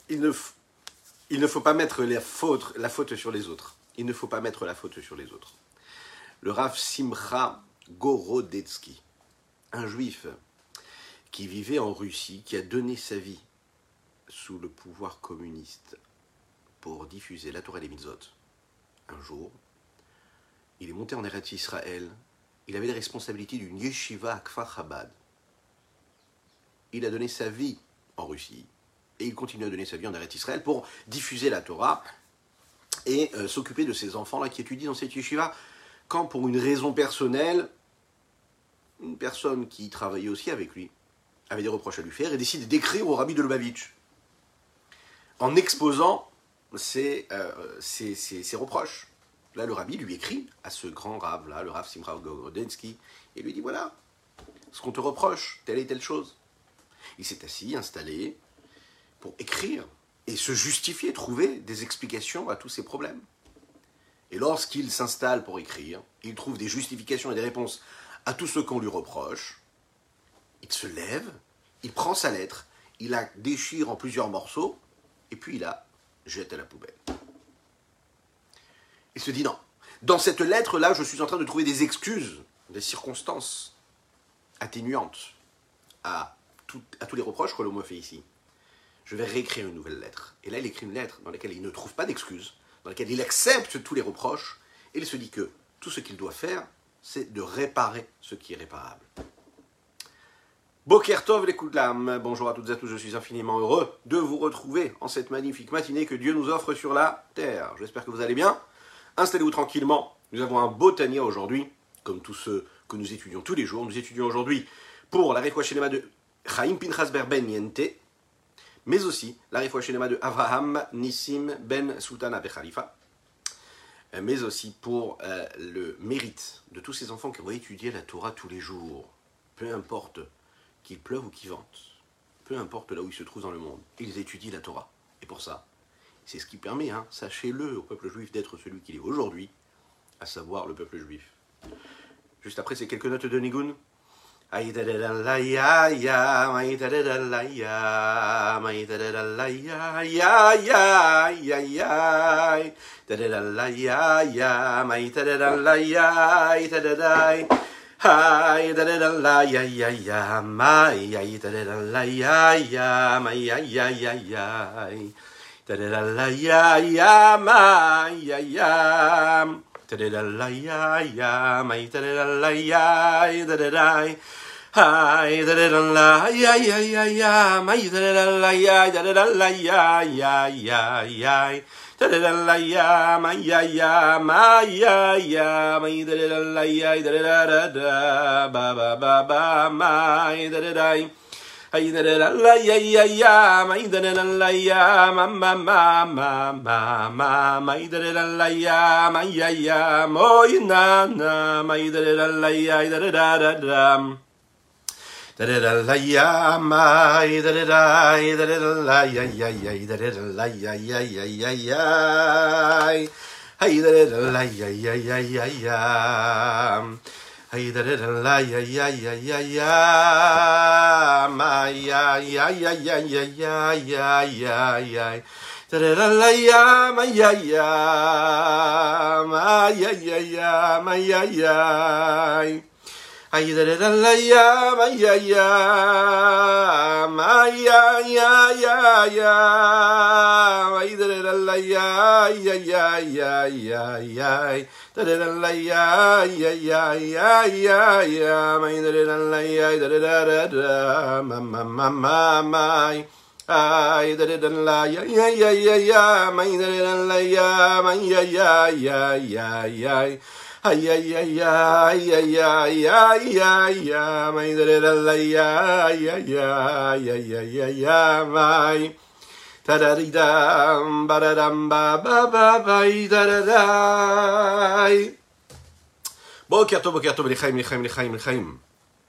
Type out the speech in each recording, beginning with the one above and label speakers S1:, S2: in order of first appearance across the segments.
S1: il ne faut pas mettre la faute sur les autres. Il ne faut pas mettre la faute sur les autres. Le Rav Simcha Gorodetsky, un juif qui vivait en Russie, qui a donné sa vie sous le pouvoir communiste pour diffuser la Torah et les mitzvot. Un jour, il est monté en Eretz Israël. Il avait les responsabilités d'une yeshiva à Kfar Chabad. Il a donné sa vie en Russie et il continue à donner sa vie en Eretz Israël pour diffuser la Torah et s'occuper de ces enfants-là qui étudient dans cette yeshiva. Quand, pour une raison personnelle, une personne qui travaillait aussi avec lui avait des reproches à lui faire et décide d'écrire au Rabbi de Lubavitch en exposant ses reproches. Là, le Rabbi lui écrit à ce grand Rav-là, le Rav Simcha Gorodetsky, et lui dit, voilà, ce qu'on te reproche, telle et telle chose. Il s'est assis, installé, pour écrire et se justifier, trouver des explications à tous ces problèmes. Et lorsqu'il s'installe pour écrire, il trouve des justifications et des réponses à tout ce qu'on lui reproche. Il se lève, il prend sa lettre, il la déchire en plusieurs morceaux, et puis il la jette à la poubelle. Il se dit non. Dans cette lettre-là, je suis en train de trouver des excuses, des circonstances atténuantes à tous les reproches que l'on me fait ici. Je vais réécrire une nouvelle lettre. Et là, il écrit une lettre dans laquelle il ne trouve pas d'excuses, dans laquelle il accepte tous les reproches, et il se dit que tout ce qu'il doit faire, c'est de réparer ce qui est réparable. Boker Tov les Koudlam, bonjour à toutes et à tous, je suis infiniment heureux de vous retrouver en cette magnifique matinée que Dieu nous offre sur la terre. J'espère que vous allez bien. Installez-vous tranquillement, nous avons un beau Tania aujourd'hui, comme tous ceux que nous étudions tous les jours. Nous étudions aujourd'hui pour la Refoua Shelema de Chaim Pinchas Ber Ben Yente, mais aussi la Refoua Shelema de Avraham Nissim Ben Sultana Bechalifa, mais aussi pour le mérite de tous ces enfants qui vont étudier la Torah tous les jours, peu importe qu'il pleuve ou qu'il vente, peu importe là où ils se trouvent dans le monde, ils étudient la Torah. Et pour ça, c'est ce qui permet, sachez-le, au peuple juif d'être celui qu'il est aujourd'hui, à savoir le peuple juif. Juste après, c'est quelques notes de Nigun. Hi, da da da la ya ya ya, my ya da da da la ya ya, my ya ya ya ya, da da da la ya ya, my ya ya, da da da la ya ya, my da da da la ya, da da da. Hi, da da da la ya ya ya ya, my da da da la ya, da da da la ya ya ya ya. Da da da la ya, ma ya ya, ma ya ya, ma da da da la ya, da da da da, ba ba ba ba, ma da da da, ay da da da la ya ya ya, ma da da da la ya, ma ma ma ma ma ma, ma da da da la ya, ma ya ya, mo na na, ma da da da la ya, da da da da da. Da da da la ya ma da da da la ya ya ya da da da la ya ya ya ya ya hey da da la ya ya ya ya ya hey da da la ya ya ya ya ya ma ya ya ya ya ya ya ya ya ya da da la ya ma ya ya ma ya ya ya ma ya ya. Ay da da la ya ma ya ya ma ya ya ya ya ay da da la ya ya ya ya ya ya da da la ya ya ya ya ya ya ma da da la ya da da da ma ma ma ma ma ay da da la ya ya ya ya ya ma da da la ya ma ya ya ya ya ya. Ay ay ay ay ay ay ay ay ay, my da da da ya ya ya ya ya ya ya my da da da ba da dam ba ba ba ba da da da. Boker tov lechaim lechaim lechaim lechaim.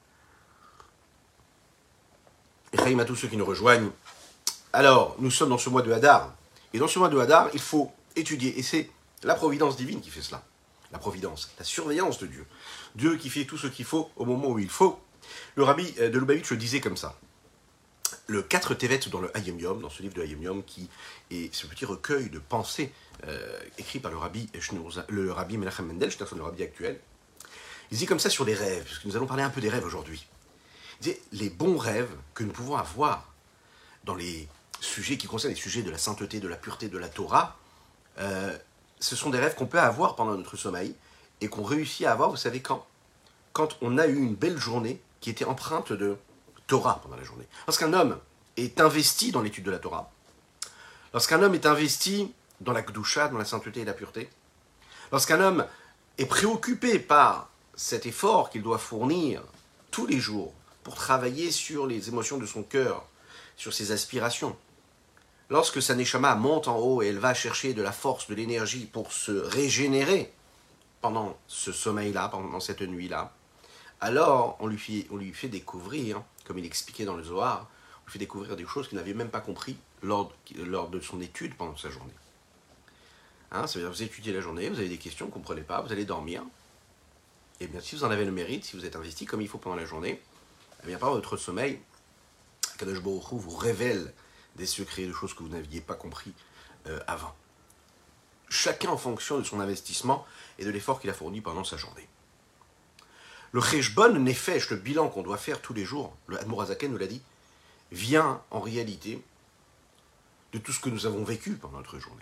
S1: Lechaim à tous ceux qui nous rejoignent. Alors, nous sommes dans ce mois de Hadar, et dans ce mois de Hadar, il faut étudier, et c'est la providence divine qui fait cela. La providence, la surveillance de Dieu. Dieu qui fait tout ce qu'il faut au moment où il faut. Le rabbi de Lubavitch le disait comme ça. le 4 Tevet dans le Hayom Yom, dans ce livre de Hayom Yom, qui est ce petit recueil de pensées écrit par le rabbi Menachem Mendel, le rabbi actuel. Il dit comme ça sur les rêves, parce que nous allons parler un peu des rêves aujourd'hui. Il dit les bons rêves que nous pouvons avoir dans les sujets qui concernent les sujets de la sainteté, de la pureté, de la Torah, ce sont des rêves qu'on peut avoir pendant notre sommeil et qu'on réussit à avoir, vous savez quand on a eu une belle journée qui était empreinte de Torah pendant la journée. Lorsqu'un homme est investi dans l'étude de la Torah, lorsqu'un homme est investi dans la Kedusha, dans la sainteté et la pureté, lorsqu'un homme est préoccupé par cet effort qu'il doit fournir tous les jours pour travailler sur les émotions de son cœur, sur ses aspirations, lorsque sa neshama monte en haut et elle va chercher de la force, de l'énergie pour se régénérer pendant ce sommeil-là, pendant cette nuit-là, alors on lui fait découvrir, comme il expliquait dans le Zohar, on lui fait découvrir des choses qu'il n'avait même pas compris lors de son étude pendant sa journée. Ça veut dire que vous étudiez la journée, vous avez des questions, vous ne comprenez pas, vous allez dormir. Et bien si vous en avez le mérite, si vous êtes investi comme il faut pendant la journée, eh bien par votre sommeil, Kadosh Baruch Hu vous révèle des secrets, des choses que vous n'aviez pas compris avant. Chacun en fonction de son investissement et de l'effort qu'il a fourni pendant sa journée. Le Cheshbon Nefesh, le bilan qu'on doit faire tous les jours, le Admor HaZaken nous l'a dit, vient en réalité de tout ce que nous avons vécu pendant notre journée.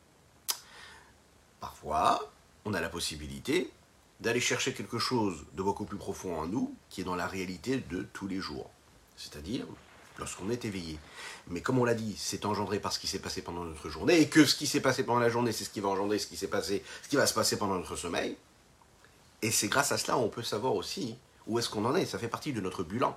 S1: Parfois, on a la possibilité d'aller chercher quelque chose de beaucoup plus profond en nous, qui est dans la réalité de tous les jours. C'est-à-dire, lorsqu'on est éveillé. Mais comme on l'a dit, c'est engendré par ce qui s'est passé pendant notre journée, et que ce qui s'est passé pendant la journée, c'est ce qui va engendrer ce qui va se passer pendant notre sommeil. Et c'est grâce à cela qu'on peut savoir aussi où est-ce qu'on en est. Ça fait partie de notre bilan.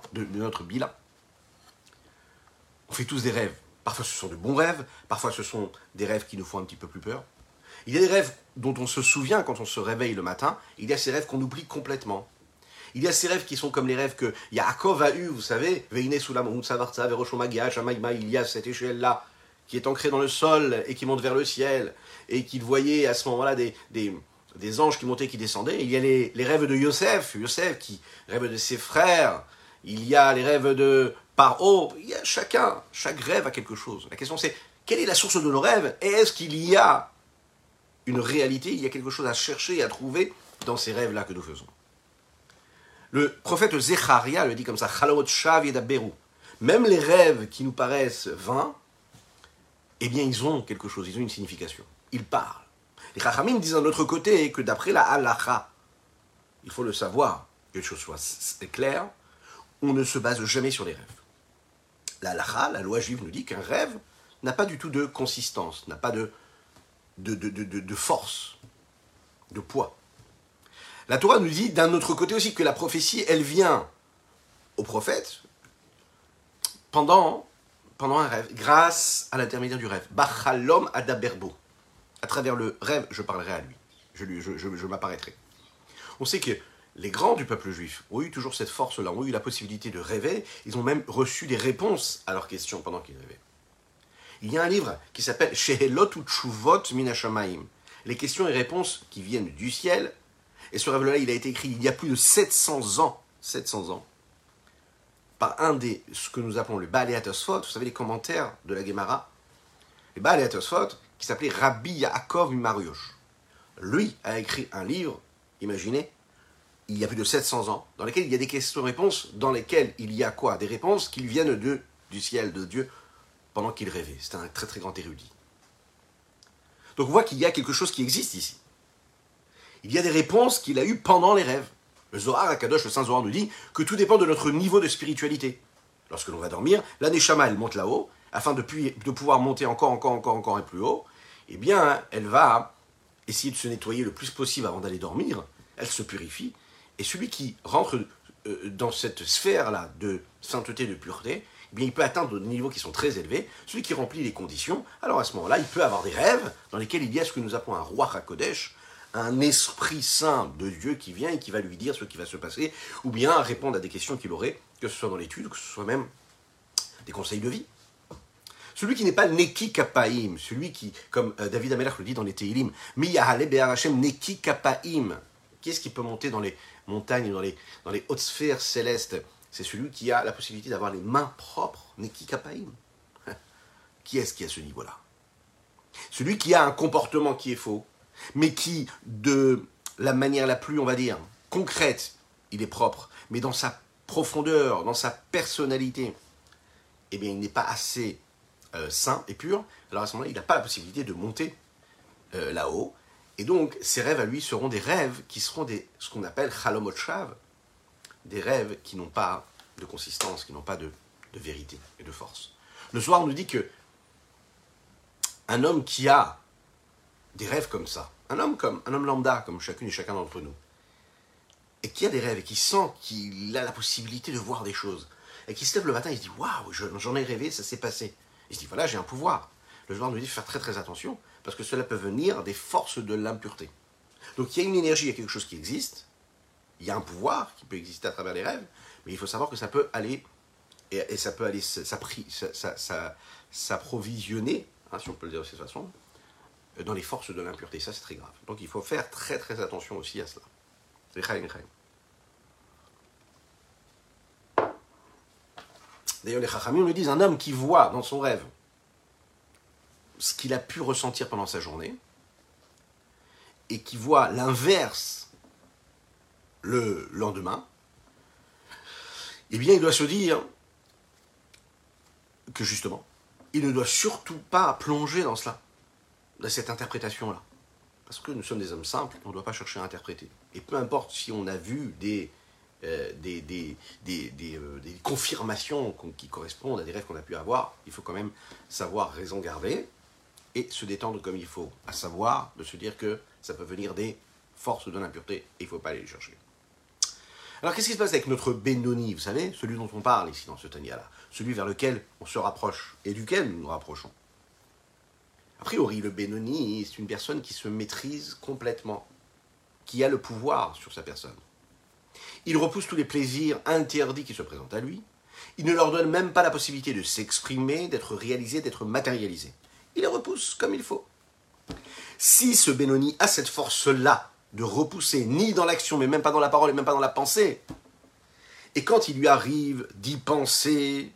S1: On fait tous des rêves. Parfois ce sont de bons rêves, parfois ce sont des rêves qui nous font un petit peu plus peur. Il y a des rêves dont on se souvient quand on se réveille le matin, il y a ces rêves qu'on oublie complètement. Il y a ces rêves qui sont comme les rêves que Yaakov a eu, vous savez, Veine Sulam Savartza, Veroshomagia, Shamaïma, il y a cette échelle-là qui est ancrée dans le sol et qui monte vers le ciel, et qu'il voyait à ce moment-là des anges qui montaient, qui descendaient. Il y a les rêves de Yosef qui rêve de ses frères. Il y a les rêves de Paro. Il y a chaque rêve a quelque chose. La question c'est, quelle est la source de nos rêves? Et est-ce qu'il y a une réalité, il y a quelque chose à chercher et à trouver dans ces rêves-là que nous faisons? Le prophète Zecharia le dit comme ça, Chalot Shav Yedaberu. Même les rêves qui nous paraissent vains, eh bien ils ont quelque chose, ils ont une signification. Ils parlent. Les Chachamim disent d'un autre côté que d'après la halacha, il faut le savoir, que les choses soient claires, on ne se base jamais sur les rêves. La halacha, la loi juive nous dit qu'un rêve n'a pas du tout de consistance, n'a pas de force, de poids. La Torah nous dit d'un autre côté aussi que la prophétie, elle vient au prophète pendant un rêve, grâce à l'intermédiaire du rêve. Bachalom adaberbo. À travers le rêve, je parlerai à lui. Je m'apparaîtrai. On sait que les grands du peuple juif ont eu toujours cette force-là, ont eu la possibilité de rêver. Ils ont même reçu des réponses à leurs questions pendant qu'ils rêvaient. Il y a un livre qui s'appelle Shehelot Utshuvot Min Hashamayim. Les questions et réponses qui viennent du ciel. Et ce rêve-là, il a été écrit il y a plus de 700 ans, par ce que nous appelons le Baalei HaTosfot, vous savez, les commentaires de la Gemara. Le Baalei HaTosfot, qui s'appelait Rabbi Yaakov Mimar Yosh. Lui a écrit un livre, imaginez, il y a plus de 700 ans, dans lequel il y a des questions-réponses, dans lesquelles il y a quoi? Des réponses qui viennent du ciel, de Dieu, pendant qu'il rêvait. C'est un très très grand érudit. Donc on voit qu'il y a quelque chose qui existe ici. Il y a des réponses qu'il a eues pendant les rêves. Le Zohar HaKadosh, le Saint Zohar nous dit que tout dépend de notre niveau de spiritualité. Lorsque l'on va dormir, la Neshama, elle monte là-haut, afin de pouvoir monter encore et plus haut, eh bien, elle va essayer de se nettoyer le plus possible avant d'aller dormir, elle se purifie, et celui qui rentre dans cette sphère-là de sainteté, de pureté, eh bien, il peut atteindre des niveaux qui sont très élevés. Celui qui remplit les conditions, alors à ce moment-là, il peut avoir des rêves dans lesquels il y a ce que nous appelons un roi HaKodesh, un esprit saint de Dieu qui vient et qui va lui dire ce qui va se passer, ou bien répondre à des questions qu'il aurait, que ce soit dans l'étude, que ce soit même des conseils de vie. Celui qui n'est pas Neki Kapaim, celui qui, comme David Amelach le dit dans les Tehilim, Miyahale Be'ar Hashem Neki Kapaim, qui est-ce qui peut monter dans les montagnes, dans les hautes sphères célestes? c'est celui qui a la possibilité d'avoir les mains propres, Neki Kapaim. Qui est-ce qui a ce niveau-là? Celui qui a un comportement qui est faux, mais qui, de la manière la plus, on va dire, concrète, il est propre, mais dans sa profondeur, dans sa personnalité, eh bien, il n'est pas assez sain et pur, alors à ce moment-là, il n'a pas la possibilité de monter là-haut, et donc, ces rêves à lui seront des rêves qui seront ce qu'on appelle Chalomot Shav, des rêves qui n'ont pas de consistance, qui n'ont pas de vérité et de force. Le soir, on nous dit que un homme qui a des rêves comme ça, un homme lambda, comme chacune et chacun d'entre nous, et qui a des rêves et qui sent qu'il a la possibilité de voir des choses, et qui se lève le matin et il se dit « Waouh, j'en ai rêvé, ça s'est passé ». Il se dit « Voilà, j'ai un pouvoir ». Le soir, on nous dit de faire très très attention, parce que cela peut venir des forces de l'impureté. Donc il y a une énergie, il y a quelque chose qui existe, il y a un pouvoir qui peut exister à travers les rêves, mais il faut savoir que ça peut aller, et ça peut aller s'approvisionner, si on peut le dire de cette façon, dans les forces de l'impureté. Ça, c'est très grave. Donc il faut faire très très attention aussi à cela. D'ailleurs, les Chachamim nous disent, un homme qui voit dans son rêve ce qu'il a pu ressentir pendant sa journée, et qui voit l'inverse le lendemain, eh bien, il doit se dire que justement, il ne doit surtout pas plonger dans cela, dans cette interprétation-là. Parce que nous sommes des hommes simples, on ne doit pas chercher à interpréter. Et peu importe si on a vu des confirmations qui correspondent à des rêves qu'on a pu avoir, il faut quand même savoir raison garder et se détendre comme il faut, à savoir de se dire que ça peut venir des forces de l'impureté et il ne faut pas aller les chercher. Alors qu'est-ce qui se passe avec notre Benoni, vous savez, celui dont on parle ici dans ce Tanya-là, celui vers lequel on se rapproche et duquel nous nous rapprochons? A priori, le Benoni, c'est une personne qui se maîtrise complètement, qui a le pouvoir sur sa personne. Il repousse tous les plaisirs interdits qui se présentent à lui. Il ne leur donne même pas la possibilité de s'exprimer, d'être réalisé, d'être matérialisé. Il les repousse comme il faut. Si ce Benoni a cette force-là de repousser, ni dans l'action, mais même pas dans la parole, et même pas dans la pensée, et quand il lui arrive d'y penser,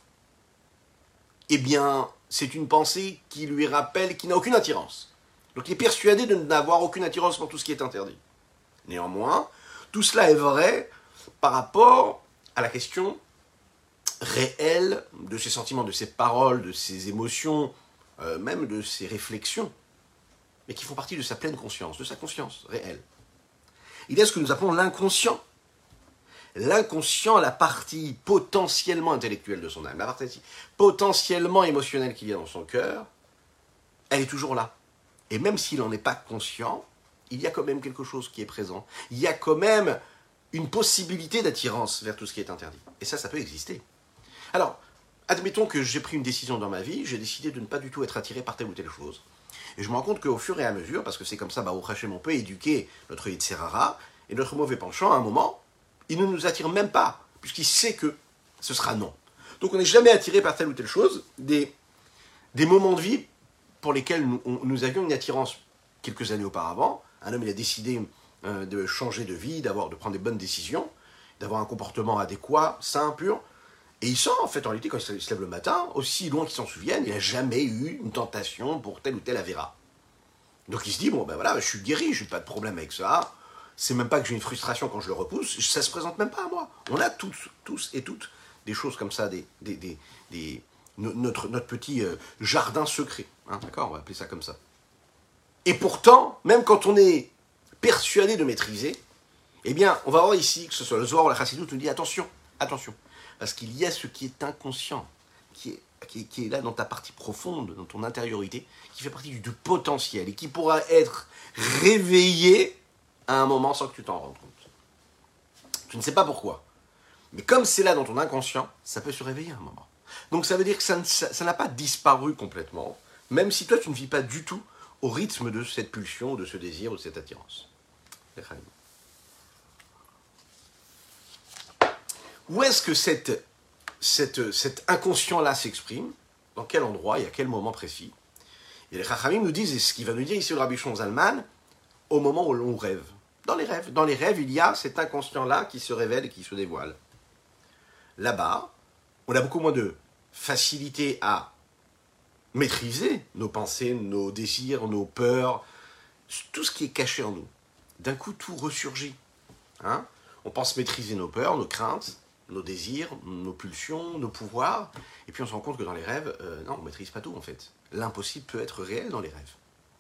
S1: eh bien, c'est une pensée qui lui rappelle qu'il n'a aucune attirance. Donc il est persuadé de n'avoir aucune attirance pour tout ce qui est interdit. Néanmoins, tout cela est vrai par rapport à la question réelle de ses sentiments, de ses paroles, de ses émotions, même de ses réflexions, mais qui font partie de sa pleine conscience, de sa conscience réelle. Il y a ce que nous appelons l'inconscient. L'inconscient, la partie potentiellement intellectuelle de son âme, la partie potentiellement émotionnelle qu'il y a dans son cœur, elle est toujours là. Et même s'il n'en est pas conscient, il y a quand même quelque chose qui est présent. Il y a quand même une possibilité d'attirance vers tout ce qui est interdit. Et ça peut exister. Alors, admettons que j'ai pris une décision dans ma vie, j'ai décidé de ne pas du tout être attiré par telle ou telle chose. Et je me rends compte qu'au fur et à mesure, parce que c'est comme ça, Baruch Hashem, on peut éduquer notre Yitzhara, et notre mauvais penchant, à un moment, il ne nous attire même pas, puisqu'il sait que ce sera non. Donc on n'est jamais attiré par telle ou telle chose, des moments de vie pour lesquels nous avions une attirance quelques années auparavant. Un homme, il a décidé de changer de vie, de prendre des bonnes décisions, d'avoir un comportement adéquat, sain, pur. Et il sent, en fait, en réalité, quand il se lève le matin, aussi loin qu'il s'en souvienne, il n'a jamais eu une tentation pour tel ou tel avéra. Donc il se dit, bon, ben voilà, je suis guéri, je n'ai pas de problème avec ça. C'est même pas que j'ai une frustration quand je le repousse, ça se présente même pas à moi. On a tous et toutes des choses comme ça, notre petit jardin secret. Hein, d'accord, on va appeler ça comme ça. Et pourtant, même quand on est persuadé de maîtriser, eh bien, on va voir ici, que ce soit le Zohar ou la Chassidoute, nous dit attention, attention. Parce qu'il y a ce qui est inconscient, qui est là dans ta partie profonde, dans ton intériorité, qui fait partie du potentiel et qui pourra être réveillé à un moment sans que tu t'en rendes compte. Je ne sais pas pourquoi. Mais comme c'est là dans ton inconscient, ça peut se réveiller à un moment. Donc ça veut dire que ça n'a pas disparu complètement, même si toi tu ne vis pas du tout au rythme de cette pulsion, de ce désir ou de cette attirance. Où est-ce que cet inconscient-là s'exprime? Dans quel endroit et à quel moment précis? Et les Chachamim nous disent, et ce qu'il va nous dire ici le Rabbi Shimon Zalman, au moment où l'on rêve. Dans les rêves, il y a cet inconscient-là qui se révèle et qui se dévoile. là-bas, on a beaucoup moins de facilité à maîtriser nos pensées, nos désirs, nos peurs, tout ce qui est caché en nous. D'un coup, tout ressurgit. Hein? On pense maîtriser nos peurs, nos craintes, nos désirs, nos pulsions, nos pouvoirs, et puis on se rend compte que dans les rêves, non, on ne maîtrise pas tout en fait. L'impossible peut être réel dans les rêves.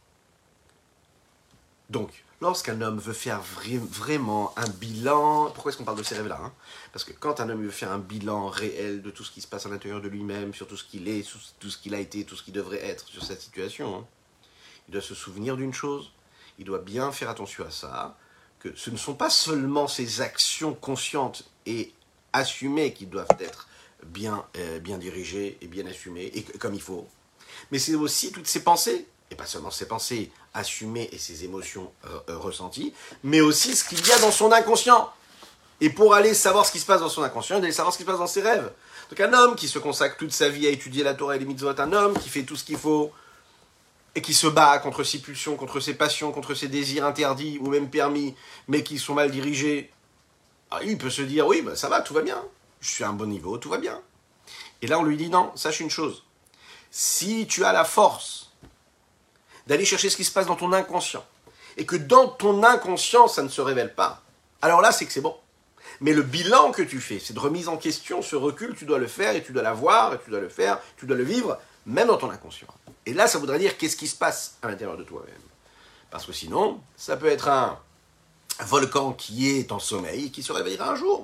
S1: Donc, lorsqu'un homme veut faire vraiment un bilan, pourquoi est-ce qu'on parle de ces rêves-là, hein? Parce que quand un homme veut faire un bilan réel de tout ce qui se passe à l'intérieur de lui-même, sur tout ce qu'il est, sur tout ce qu'il a été, tout ce qu'il devrait être sur cette situation, hein, il doit se souvenir d'une chose, il doit bien faire attention à ça, que ce ne sont pas seulement ses actions conscientes et assumées qui doivent être bien dirigées et bien assumées, et comme il faut, mais c'est aussi toutes ses pensées, et pas seulement ses pensées assumées et ses émotions ressenties, mais aussi ce qu'il y a dans son inconscient. Et pour aller savoir ce qui se passe dans son inconscient, il doit aller savoir ce qui se passe dans ses rêves. Donc un homme qui se consacre toute sa vie à étudier la Torah et les mitzvot, un homme qui fait tout ce qu'il faut, et qui se bat contre ses pulsions, contre ses passions, contre ses désirs interdits ou même permis, mais qui sont mal dirigés, il peut se dire, oui, ça va, tout va bien, je suis à un bon niveau, tout va bien. Et là on lui dit, non, sache une chose, si tu as la force d'aller chercher ce qui se passe dans ton inconscient, et que dans ton inconscient, ça ne se révèle pas, alors là, c'est que c'est bon. Mais le bilan que tu fais, c'est de remise en question, ce recul, tu dois le faire, et tu dois l'avoir, et tu dois le faire, tu dois le vivre, même dans ton inconscient. Et là, ça voudrait dire qu'est-ce qui se passe à l'intérieur de toi-même. Parce que sinon, ça peut être un volcan qui est en sommeil, et qui se réveillera un jour.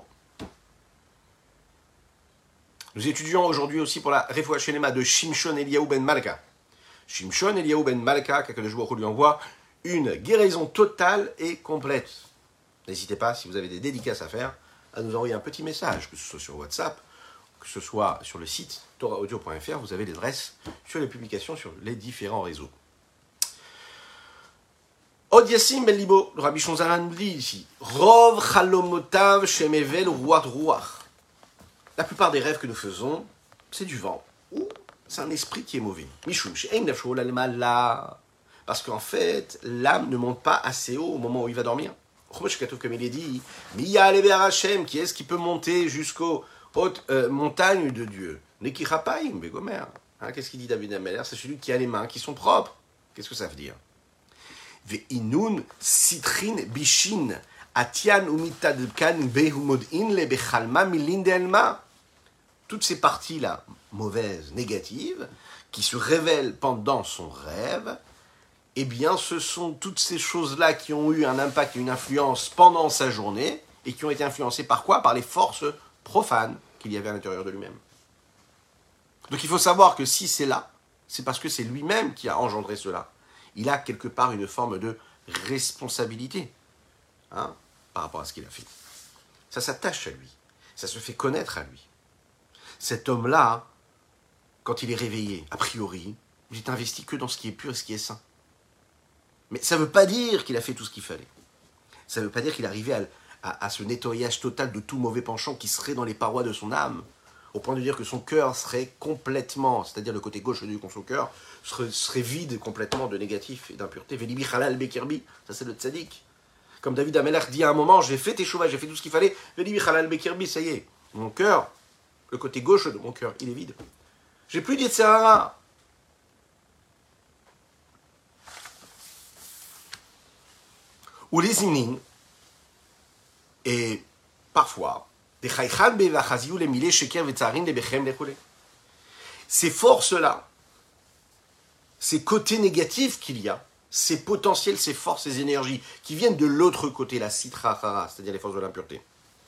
S1: Nous étudions aujourd'hui aussi pour la Refoua Shelema de Shimshon Eliyahu ben Malka. Shimshon Eliyahu ben Malka, qu'Akadosh Baruch Hu lui envoie une guérison totale et complète. N'hésitez pas, si vous avez des dédicaces à faire, à nous envoyer un petit message, que ce soit sur WhatsApp, que ce soit sur le site torahaudio.fr, vous avez l'adresse sur les publications sur les différents réseaux. Od Yassim Ben Libo, le Rabbi Shonzaran nous dit ici, Rov Chalomotav Shemevel Ruach Ruach. La plupart des rêves que nous faisons, c'est du vent, ou c'est un esprit qui est mauvais. Parce qu'en fait, l'âme ne monte pas assez haut au moment où il va dormir. Comme il est dit, qui est-ce qui peut monter jusqu'aux hautes montagnes de Dieu? Qu'est-ce qu'il dit David Ameller? C'est celui qui a les mains qui sont propres. Qu'est-ce que ça veut dire? Ve'inun sitrin bishin atian umitadkan behumodin le bechalma milindelma. Toutes ces parties-là, mauvaises, négatives, qui se révèlent pendant son rêve, eh bien, ce sont toutes ces choses-là qui ont eu un impact et une influence pendant sa journée, et qui ont été influencées par quoi? Par les forces profanes qu'il y avait à l'intérieur de lui-même. Donc il faut savoir que si c'est là, c'est parce que c'est lui-même qui a engendré cela. Il a quelque part une forme de responsabilité par rapport à ce qu'il a fait. Ça s'attache à lui, ça se fait connaître à lui. Cet homme-là, quand il est réveillé, a priori, il est investi que dans ce qui est pur et ce qui est saint. Mais ça ne veut pas dire qu'il a fait tout ce qu'il fallait. Ça ne veut pas dire qu'il est arrivé à ce nettoyage total de tout mauvais penchant qui serait dans les parois de son âme, au point de dire que son cœur serait complètement, c'est-à-dire le côté gauche de son cœur, serait vide complètement de négatif et d'impureté. Velibi halal bekirbi, ça c'est le tzaddik. Comme David Amelach dit à un moment, j'ai fait teshuva, j'ai fait tout ce qu'il fallait, Velibi halal bekirbi, ça y est, mon cœur, le côté gauche de mon cœur, il est vide. J'ai plus d'Yetzirah. Ou les inines, et parfois, ces forces-là, ces côtés négatifs qu'il y a, ces potentiels, ces forces, ces énergies qui viennent de l'autre côté, la sitra hara, c'est-à-dire les forces de l'impureté,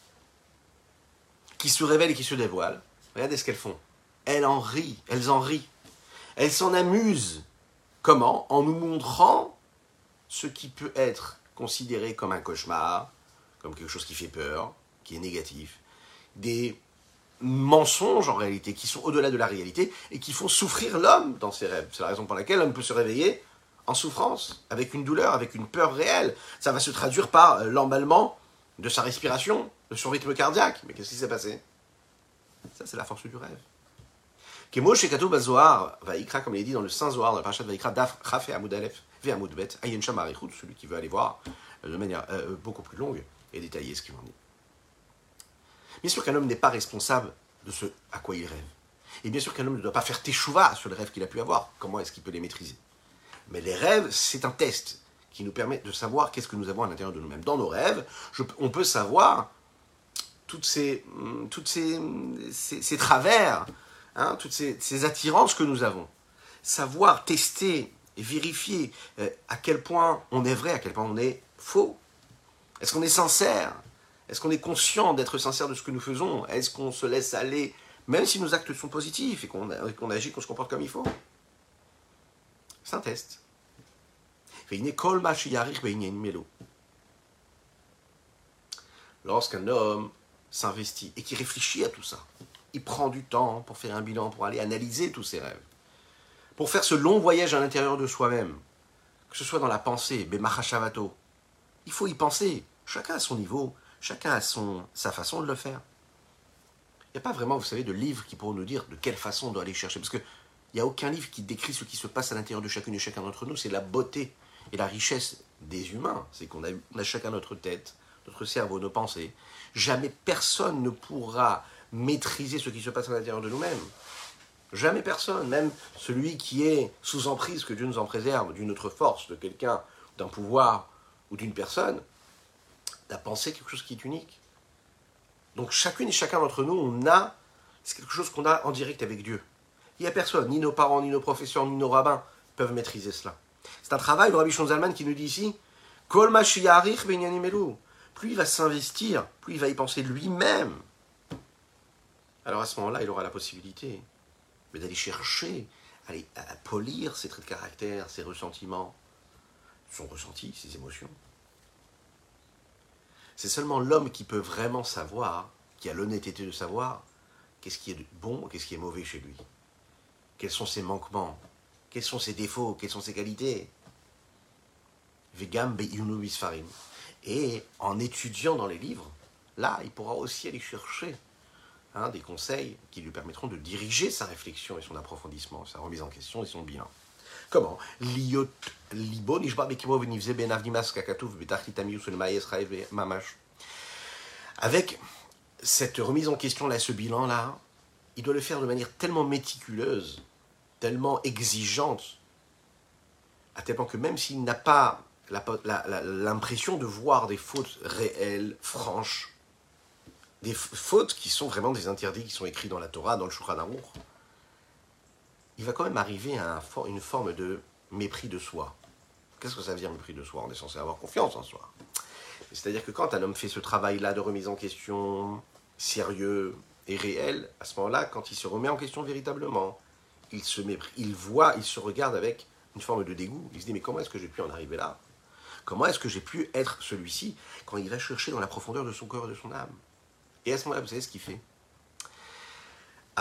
S1: qui se révèlent et qui se dévoilent, regardez ce qu'elles font. Elles en rient. Elles s'en amusent. Comment? En nous montrant ce qui peut être considéré comme un cauchemar, comme quelque chose qui fait peur, qui est négatif, des mensonges en réalité, qui sont au-delà de la réalité, et qui font souffrir l'homme dans ses rêves. C'est la raison pour laquelle l'homme peut se réveiller en souffrance, avec une douleur, avec une peur réelle. Ça va se traduire par l'emballement de sa respiration, de son rythme cardiaque. Mais qu'est-ce qui s'est passé? Ça, c'est la force du rêve. Kemo shekatou bazohar, Vaikra, comme il est dit dans le Saint Zohar, dans la parashat Vaikra, Daf, Chaf et Amoud Aleph, Ve Amoud Bet, Ayen Sham Arichut, celui qui veut aller voir de manière beaucoup plus longue et détaillée ce qu'il en dit. Bien sûr qu'un homme n'est pas responsable de ce à quoi il rêve. Et bien sûr qu'un homme ne doit pas faire teshuva sur les rêves qu'il a pu avoir. Comment est-ce qu'il peut les maîtriser? Mais les rêves, c'est un test qui nous permet de savoir qu'est-ce que nous avons à l'intérieur de nous-mêmes. Dans nos rêves, on peut savoir toutes ces travers, hein, toutes ces attirances que nous avons. Savoir tester et vérifier à quel point on est vrai, à quel point on est faux. Est-ce qu'on est sincère? Est-ce qu'on est conscient d'être sincère de ce que nous faisons? Est-ce qu'on se laisse aller, même si nos actes sont positifs et qu'on agit, qu'on se comporte comme il faut? C'est un test. Lorsqu'un homme s'investit et qui réfléchit à tout ça, il prend du temps pour faire un bilan, pour aller analyser tous ses rêves, pour faire ce long voyage à l'intérieur de soi-même, que ce soit dans la pensée, Bemachashavato, il faut y penser. Chacun à son niveau, chacun a sa façon de le faire. Il n'y a pas vraiment, vous savez, de livre qui pourront nous dire de quelle façon on doit aller chercher, parce qu'il n'y a aucun livre qui décrit ce qui se passe à l'intérieur de chacune et chacun d'entre nous. C'est la beauté et la richesse des humains. C'est qu'on a chacun notre tête, notre cerveau, nos pensées. Jamais personne ne pourra maîtriser ce qui se passe à l'intérieur de nous-mêmes. Jamais personne, même celui qui est sous emprise, que Dieu nous en préserve, d'une autre force, de quelqu'un, d'un pouvoir ou d'une personne, la pensée est quelque chose qui est unique. Donc chacune et chacun d'entre nous, c'est quelque chose qu'on a en direct avec Dieu. Il n'y a personne, ni nos parents, ni nos professeurs, ni nos rabbins peuvent maîtriser cela. C'est un travail, le Rabbi Shimon Zalman qui nous dit ici, Kol ma sheyarich b'inyanim elu. Plus il va s'investir, plus il va y penser lui-même. Alors à ce moment-là, il aura la possibilité d'aller chercher, à polir ses traits de caractère, ses ressentiments, son ressenti, ses émotions. C'est seulement l'homme qui peut vraiment savoir, qui a l'honnêteté de savoir, qu'est-ce qui est bon, qu'est-ce qui est mauvais chez lui. Quels sont ses manquements, quels sont ses défauts, quelles sont ses qualités. Vegam be'yunu bisfarim. Et en étudiant dans les livres, là, il pourra aussi aller chercher des conseils qui lui permettront de diriger sa réflexion et son approfondissement, sa remise en question et son bilan. Comment? Avec cette remise en question-là, ce bilan-là, il doit le faire de manière tellement méticuleuse, tellement exigeante, à tel point que même s'il n'a pas l'impression de voir des fautes réelles, franches, des fautes qui sont vraiment des interdits qui sont écrits dans la Torah, dans le Shulchan Aruch, il va quand même arriver à une forme de mépris de soi. Qu'est-ce que ça veut dire, mépris de soi? On est censé avoir confiance en soi. C'est-à-dire que quand un homme fait ce travail-là de remise en question sérieux et réel, à ce moment-là, quand il se remet en question véritablement, il se méprise, il se regarde avec une forme de dégoût. Il se dit, mais comment est-ce que j'ai pu en arriver là? Comment est-ce que j'ai pu être celui-ci? Quand il va chercher dans la profondeur de son corps et de son âme. Et à ce moment-là, vous savez ce qu'il fait? À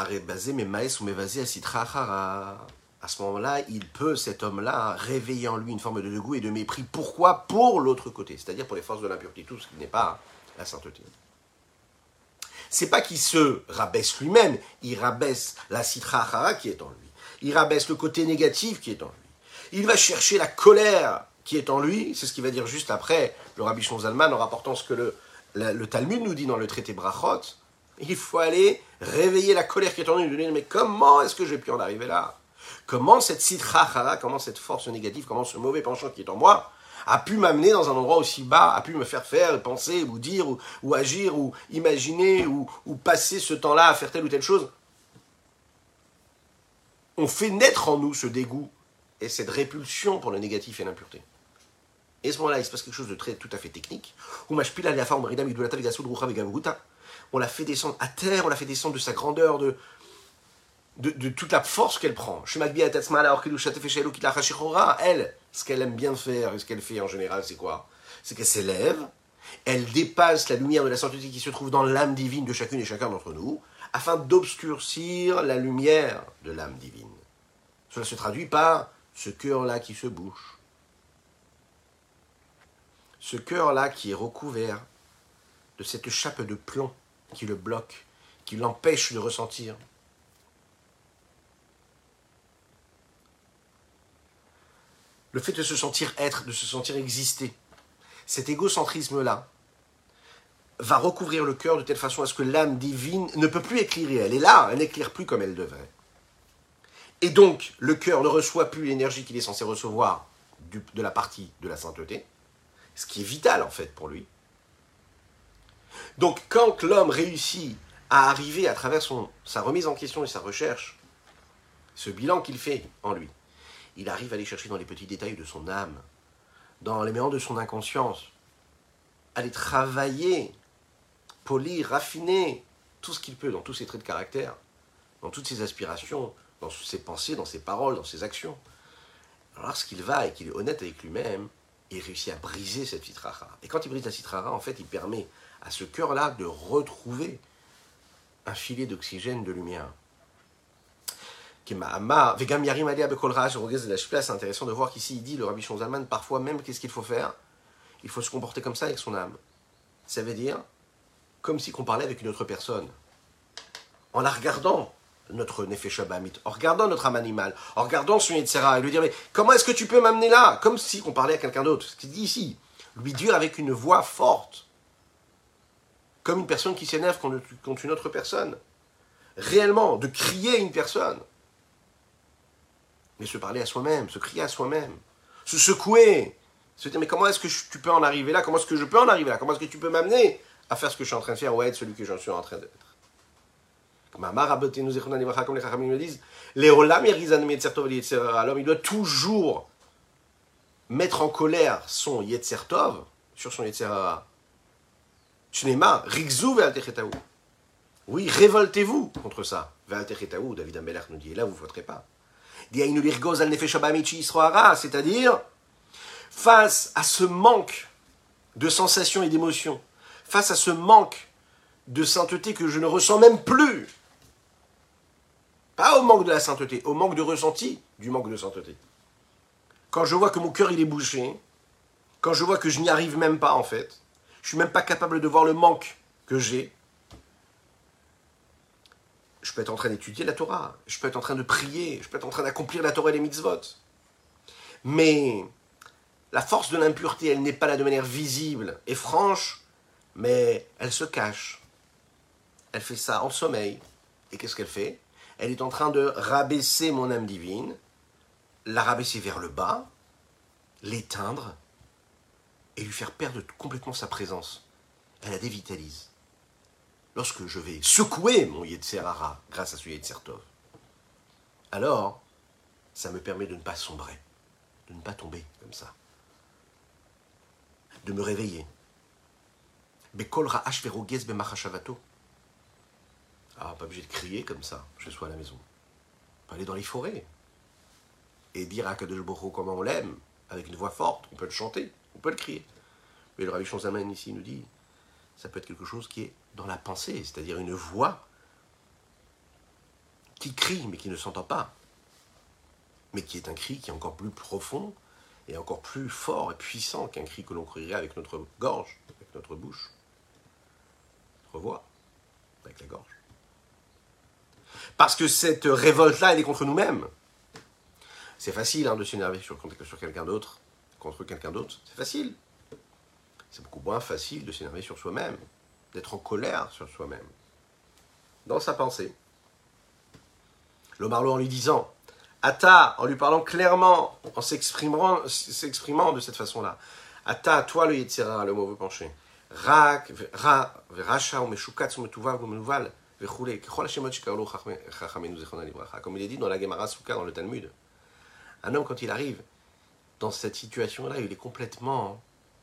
S1: ce moment-là, il peut, cet homme-là, réveiller en lui une forme de dégoût et de mépris. Pourquoi? Pour l'autre côté, c'est-à-dire pour les forces de l'impureté, tout ce qui n'est pas la sainteté. C'est pas qu'il se rabaisse lui-même, il rabaisse la sitra achara qui est en lui. Il rabaisse le côté négatif qui est en lui. Il va chercher la colère qui est en lui, c'est ce qu'il va dire juste après le Rabbi Shimon Zalman en rapportant ce que le Talmud nous dit dans le traité Brachot. Il faut aller réveiller la colère qui est en lui, lui dire, mais comment est-ce que j'ai pu en arriver là? Comment cette sitra achara, comment cette force négative, comment ce mauvais penchant qui est en moi a pu m'amener dans un endroit aussi bas, a pu me faire penser, ou dire, ou agir, ou imaginer, ou passer ce temps-là à faire telle ou telle chose. On fait naître en nous ce dégoût et cette répulsion pour le négatif et l'impureté. Et à ce moment-là, il se passe quelque chose de tout à fait technique. On la fait descendre à terre, on la fait descendre de sa grandeur, de toute la force qu'elle prend. Elle, ce qu'elle aime bien faire, et ce qu'elle fait en général, c'est quoi? C'est qu'elle s'élève, elle dépasse la lumière de la sainteté qui se trouve dans l'âme divine de chacune et chacun d'entre nous, afin d'obscurcir la lumière de l'âme divine. Cela se traduit par ce cœur-là qui se bouche. Ce cœur-là qui est recouvert de cette chape de plomb qui le bloque, qui l'empêche de ressentir. Le fait de se sentir être, de se sentir exister, cet égocentrisme-là, va recouvrir le cœur de telle façon à ce que l'âme divine ne peut plus éclairer. Elle est là, elle n'éclaire plus comme elle devrait. Et donc, le cœur ne reçoit plus l'énergie qu'il est censé recevoir de la partie de la sainteté, ce qui est vital en fait pour lui. Donc, quand l'homme réussit à arriver à travers sa remise en question et sa recherche, ce bilan qu'il fait en lui, il arrive à aller chercher dans les petits détails de son âme, dans les méandres de son inconscience, aller travailler, polir, raffiner tout ce qu'il peut dans tous ses traits de caractère, dans toutes ses aspirations, dans ses pensées, dans ses paroles, dans ses actions. Alors lorsqu'il va et qu'il est honnête avec lui-même, il réussit à briser cette citrara. Et quand il brise la citrara, en fait, il permet à ce cœur-là de retrouver un filet d'oxygène, de lumière. C'est intéressant de voir qu'ici il dit, le Rabbi Shimon Zalman, parfois même qu'est-ce qu'il faut faire? Il faut se comporter comme ça avec son âme. Ça veut dire comme si on parlait avec une autre personne. En la regardant, notre Nefesh Abamit, en regardant notre âme animale, en regardant son Yetzera, et lui dire, mais comment est-ce que tu peux m'amener là? Comme si on parlait à quelqu'un d'autre. Ce qu'il dit ici, lui dire avec une voix forte, comme une personne qui s'énerve contre une autre personne. Réellement, de crier à une personne. Mais se parler à soi-même, se crier à soi-même, se secouer, se dire, mais comment est-ce que tu peux en arriver là? Comment est-ce que je peux en arriver là? Comment est-ce que tu peux m'amener à faire ce que je suis en train de faire ou à être celui que je suis en train d'être? Comme les Chachamim le disent, l'homme il doit toujours mettre en colère son Yetzer Tov sur son Yetzer Hara. Shnema, Rigzou ve'altechetahou. Oui, révoltez-vous contre ça. Ve'altechetahou, David Amelech nous dit, et là vous ne voterez pas. C'est-à-dire, face à ce manque de sensations et d'émotions, face à ce manque de sainteté que je ne ressens même plus, pas au manque de la sainteté, au manque de ressenti du manque de sainteté. Quand je vois que mon cœur il est bouché, quand je vois que je n'y arrive même pas en fait, je suis même pas capable de voir le manque que j'ai, je peux être en train d'étudier la Torah, je peux être en train de prier, je peux être en train d'accomplir la Torah et les mitzvot. Mais la force de l'impureté, elle n'est pas là de manière visible et franche, mais elle se cache. Elle fait ça en sommeil. Et qu'est-ce qu'elle fait? Elle est en train de rabaisser mon âme divine, la rabaisser vers le bas, l'éteindre et lui faire perdre complètement sa présence. Elle la dévitalise. Lorsque je vais secouer mon Yetzer Hara grâce à ce Yetzer Tov, alors ça me permet de ne pas sombrer, de ne pas tomber comme ça, de me réveiller. Bekol ra'ash verogez b'machashavato. Ah, pas obligé de crier comme ça, chez soi à la maison. On peut aller dans les forêts et dire à Kadosh Baruch Hu comment on l'aime, avec une voix forte, on peut le chanter, on peut le crier. Mais le Rabbi Shimon Zalman ici nous dit, ça peut être quelque chose qui est dans la pensée, c'est-à-dire une voix qui crie mais qui ne s'entend pas, mais qui est un cri qui est encore plus profond et encore plus fort et puissant qu'un cri que l'on crierait avec notre gorge, avec notre bouche, notre voix, avec la gorge. Parce que cette révolte-là, elle est contre nous-mêmes. C'est facile de s'énerver sur quelqu'un d'autre, contre quelqu'un d'autre, c'est facile. C'est beaucoup moins facile de s'énerver sur soi-même, d'être en colère sur soi-même, dans sa pensée. L'Omarlo en lui disant, Ata, en lui parlant clairement, en s'exprimant de cette façon-là, Ata, toi le Yetzera, le mauvais penché, Rak, Racha, ou Meshukatz, ou Metuval, ou Menuval, Vechule, Kechol Hashemot Shikarlo Chachamenu Zechona Livracha, comme il est dit dans la Gemara Souka, dans le Talmud. Un homme, quand il arrive dans cette situation-là, il est complètement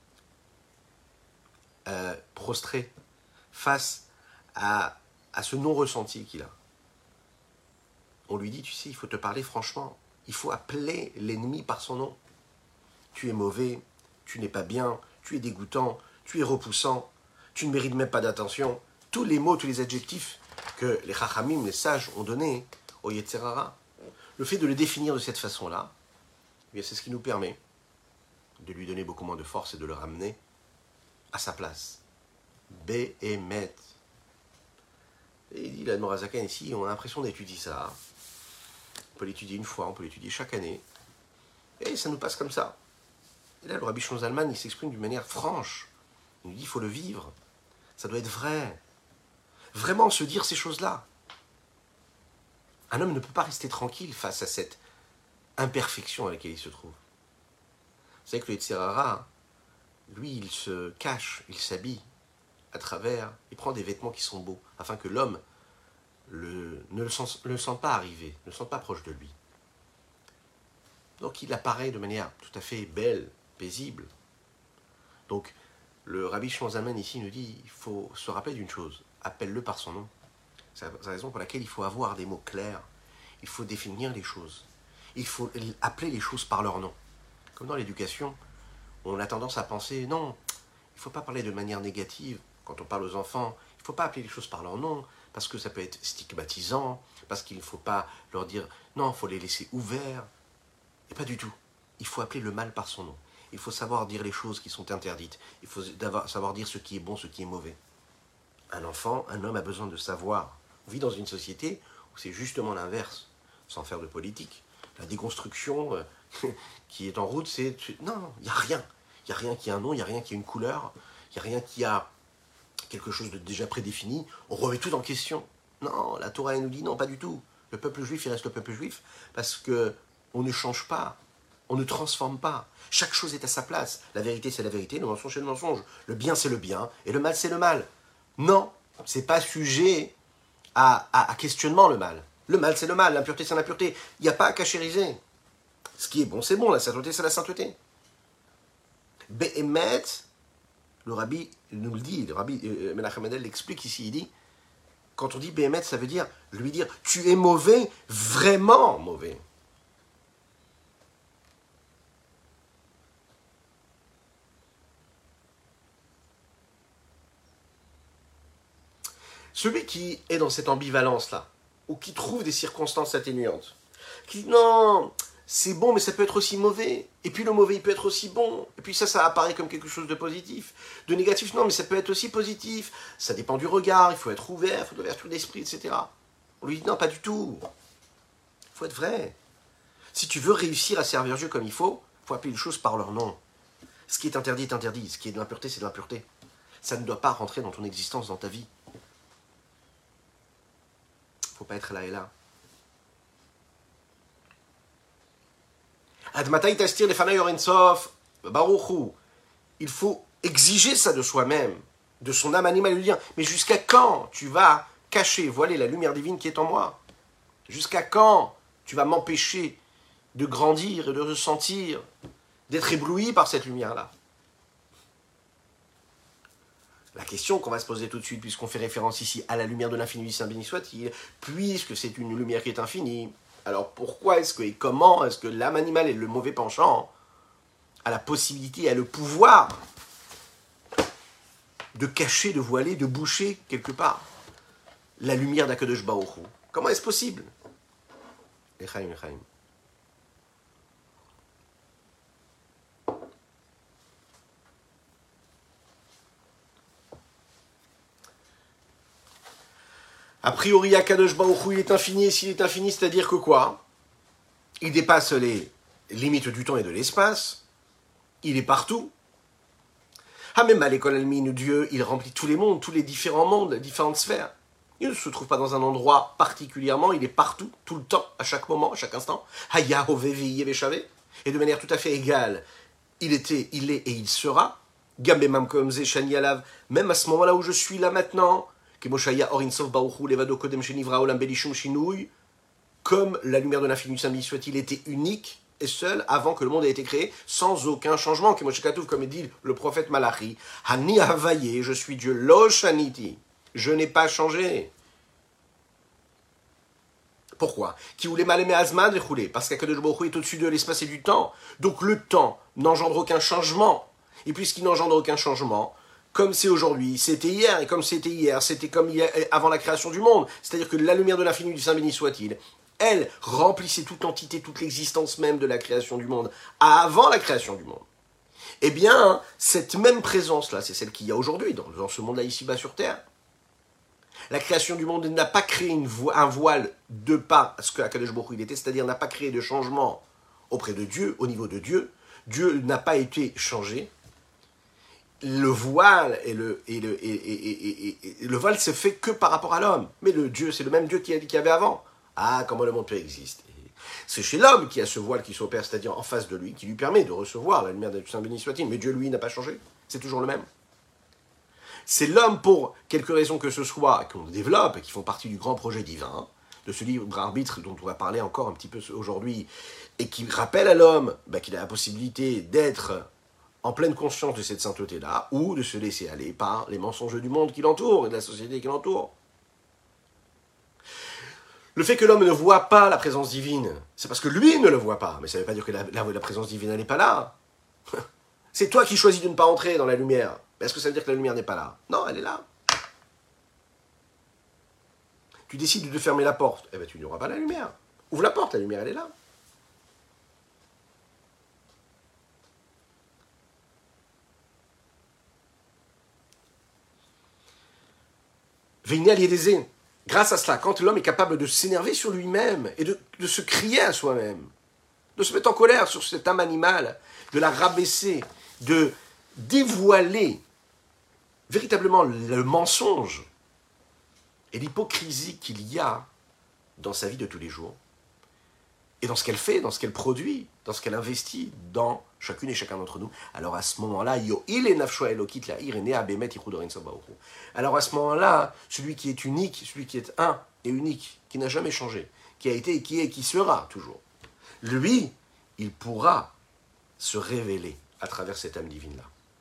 S1: prostré face à ce non-ressenti qu'il a. On lui dit, tu sais, il faut te parler franchement. Il faut appeler l'ennemi par son nom. Tu es mauvais, tu n'es pas bien, tu es dégoûtant, tu es repoussant, tu ne mérites même pas d'attention. Tous les mots, tous les adjectifs que les Chachamim, les sages, ont donnés au Yetzer Hara. Le fait de le définir de cette façon-là, eh bien, c'est ce qui nous permet de lui donner beaucoup moins de force et de le ramener à sa place. Béhémet. Et il dit, l'Admor HaZaken, ici, on a l'impression d'étudier ça. On peut l'étudier une fois, on peut l'étudier chaque année. Et ça nous passe comme ça. Et là, le Rabbi Shimon Zalman, il s'exprime d'une manière franche. Il nous dit, il faut le vivre. Ça doit être vrai. Vraiment se dire ces choses-là. Un homme ne peut pas rester tranquille face à cette imperfection à laquelle il se trouve. Vous savez que le Yetzer Hara, lui, il se cache, il s'habille à travers, il prend des vêtements qui sont beaux, afin que l'homme ne le sente pas arriver, ne le sente pas proche de lui. Donc il apparaît de manière tout à fait belle, paisible. Donc le Rabbi Shimon Zalman ici nous dit, il faut se rappeler d'une chose, appelle-le par son nom. C'est la raison pour laquelle il faut avoir des mots clairs, il faut définir les choses, il faut appeler les choses par leur nom. Comme dans l'éducation, on a tendance à penser, non, il ne faut pas parler de manière négative. Quand on parle aux enfants, il ne faut pas appeler les choses par leur nom, parce que ça peut être stigmatisant, parce qu'il ne faut pas leur dire, non, il faut les laisser ouverts. Et pas du tout. Il faut appeler le mal par son nom. Il faut savoir dire les choses qui sont interdites. Il faut savoir dire ce qui est bon, ce qui est mauvais. Un enfant, un homme a besoin de savoir. On vit dans une société où c'est justement l'inverse, sans faire de politique. La déconstruction qui est en route, c'est... Non, il n'y a rien. Il n'y a rien qui a un nom, il n'y a rien qui a une couleur, il n'y a rien qui a quelque chose de déjà prédéfini. On remet tout en question. Non, la Torah elle nous dit non, pas du tout. Le peuple juif, il reste le peuple juif parce que on ne change pas, on ne transforme pas. Chaque chose est à sa place. La vérité, c'est la vérité, le mensonge, c'est le mensonge. Le bien, c'est le bien, et le mal, c'est le mal. Non, c'est pas sujet à questionnement, le mal. Le mal, c'est le mal, l'impureté, c'est l'impureté. Il n'y a pas à cachériser. Ce qui est bon, c'est bon, la sainteté, c'est la sainteté. Be'emet, le rabbi nous le dit, le rabbi Menachem Mendel l'explique ici, il dit, quand on dit Be'emet, ça veut dire, lui dire, tu es mauvais, vraiment mauvais. Celui qui est dans cette ambivalence-là, ou qui trouve des circonstances atténuantes, qui dit non, c'est bon, mais ça peut être aussi mauvais, et puis le mauvais, il peut être aussi bon, et puis ça apparaît comme quelque chose de positif, de négatif, non, mais ça peut être aussi positif, ça dépend du regard, il faut être ouvert, il faut de l'ouverture d'esprit, etc. On lui dit non, pas du tout, il faut être vrai. Si tu veux réussir à servir Dieu comme il faut appeler les choses par leur nom. Ce qui est interdit est interdit, ce qui est de l'impureté, c'est de l'impureté. Ça ne doit pas rentrer dans ton existence, dans ta vie. Il ne faut pas être là et là. Admatai tastir lefanai orensof, baruchu. Il faut exiger ça de soi-même, de son âme animale, et lui dire, mais jusqu'à quand tu vas cacher, voiler la lumière divine qui est en moi? Jusqu'à quand tu vas m'empêcher de grandir et de ressentir, d'être ébloui par cette lumière-là? La question qu'on va se poser tout de suite, puisqu'on fait référence ici à la lumière de l'infini, Saint béni soit-il, puisque c'est une lumière qui est infinie, alors pourquoi est-ce que et comment est-ce que l'âme animale et le mauvais penchant a la possibilité, a le pouvoir de cacher, de voiler, de boucher quelque part la lumière d'Akadosh Baruch Hu? Comment est-ce possible? Echaim, Echaim. A priori, Akadosh Baruch Hu, il est infini, et s'il est infini, c'est-à-dire que quoi? Il dépasse les limites du temps et de l'espace, il est partout. Hamema l'école almine, Dieu, il remplit tous les mondes, tous les différents mondes, les différentes sphères. Il ne se trouve pas dans un endroit particulièrement, il est partout, tout le temps, à chaque moment, à chaque instant. Haya, Hove, Ve'ye, Ve'shave. Et de manière tout à fait égale, il était, il est et il sera. Gambemam Komze, Shani Alav, même à ce moment-là où je suis là maintenant, comme la lumière de l'infini Saint béni soit-il était unique et seul avant que le monde ait été créé, sans aucun changement. Comme dit le prophète Malachi, Hani Havaye, je suis Dieu, Lo Shaniti, je n'ai pas changé. Pourquoi? Parce qu'Akadosh Baruch Hu est au-dessus de l'espace et du temps. Donc le temps n'engendre aucun changement. Et puisqu'il n'engendre aucun changement, comme c'est aujourd'hui, c'était hier, et comme c'était hier, c'était comme hier, avant la création du monde. C'est-à-dire que la lumière de l'infini du Saint béni soit-il, elle remplissait toute l'entité, toute l'existence même de la création du monde, avant la création du monde. Eh bien, cette même présence-là, c'est celle qu'il y a aujourd'hui, dans ce monde-là, ici-bas sur Terre. La création du monde n'a pas créé un voile de pas à ce que Akadosh Baruch Hu il était, c'est-à-dire n'a pas créé de changement auprès de Dieu, au niveau de Dieu. Dieu n'a pas été changé. le voile le voile se fait que par rapport à l'homme. Mais le Dieu, c'est le même Dieu qu'il y avait avant. Ah, comment le monde peut exister? C'est chez l'homme qui a ce voile qui s'opère, c'est-à-dire en face de lui, qui lui permet de recevoir la lumière de Saint béni soit-il. Mais Dieu, lui, n'a pas changé. C'est toujours le même. C'est l'homme, pour quelque raison que ce soit, qu'on développe et qui font partie du grand projet divin, de ce libre arbitre dont on va parler encore un petit peu aujourd'hui, et qui rappelle à l'homme qu'il a la possibilité d'être en pleine conscience de cette sainteté-là, ou de se laisser aller par les mensonges du monde qui l'entoure et de la société qui l'entoure. Le fait que l'homme ne voit pas la présence divine, c'est parce que lui ne le voit pas. Mais ça ne veut pas dire que la présence divine n'est pas là. C'est toi qui choisis de ne pas entrer dans la lumière. Est-ce que ça veut dire que la lumière n'est pas là? Non, elle est là. Tu décides de fermer la porte, eh bien tu n'auras pas la lumière. Ouvre la porte, la lumière elle est là. Vénia liédésé. Grâce à cela, quand l'homme est capable de s'énerver sur lui-même et de se crier à soi-même, de se mettre en colère sur cette âme animale, de la rabaisser, de dévoiler véritablement le mensonge et l'hypocrisie qu'il y a dans sa vie de tous les jours, et dans ce qu'elle fait, dans ce qu'elle produit, dans ce qu'elle investit dans chacune et chacun d'entre nous, alors à ce moment-là, alors à ce moment-là, celui qui est unique, celui qui est un et unique, qui n'a jamais changé, qui a été, qui est, qui sera toujours, lui, il pourra se révéler à travers cette âme divine-là.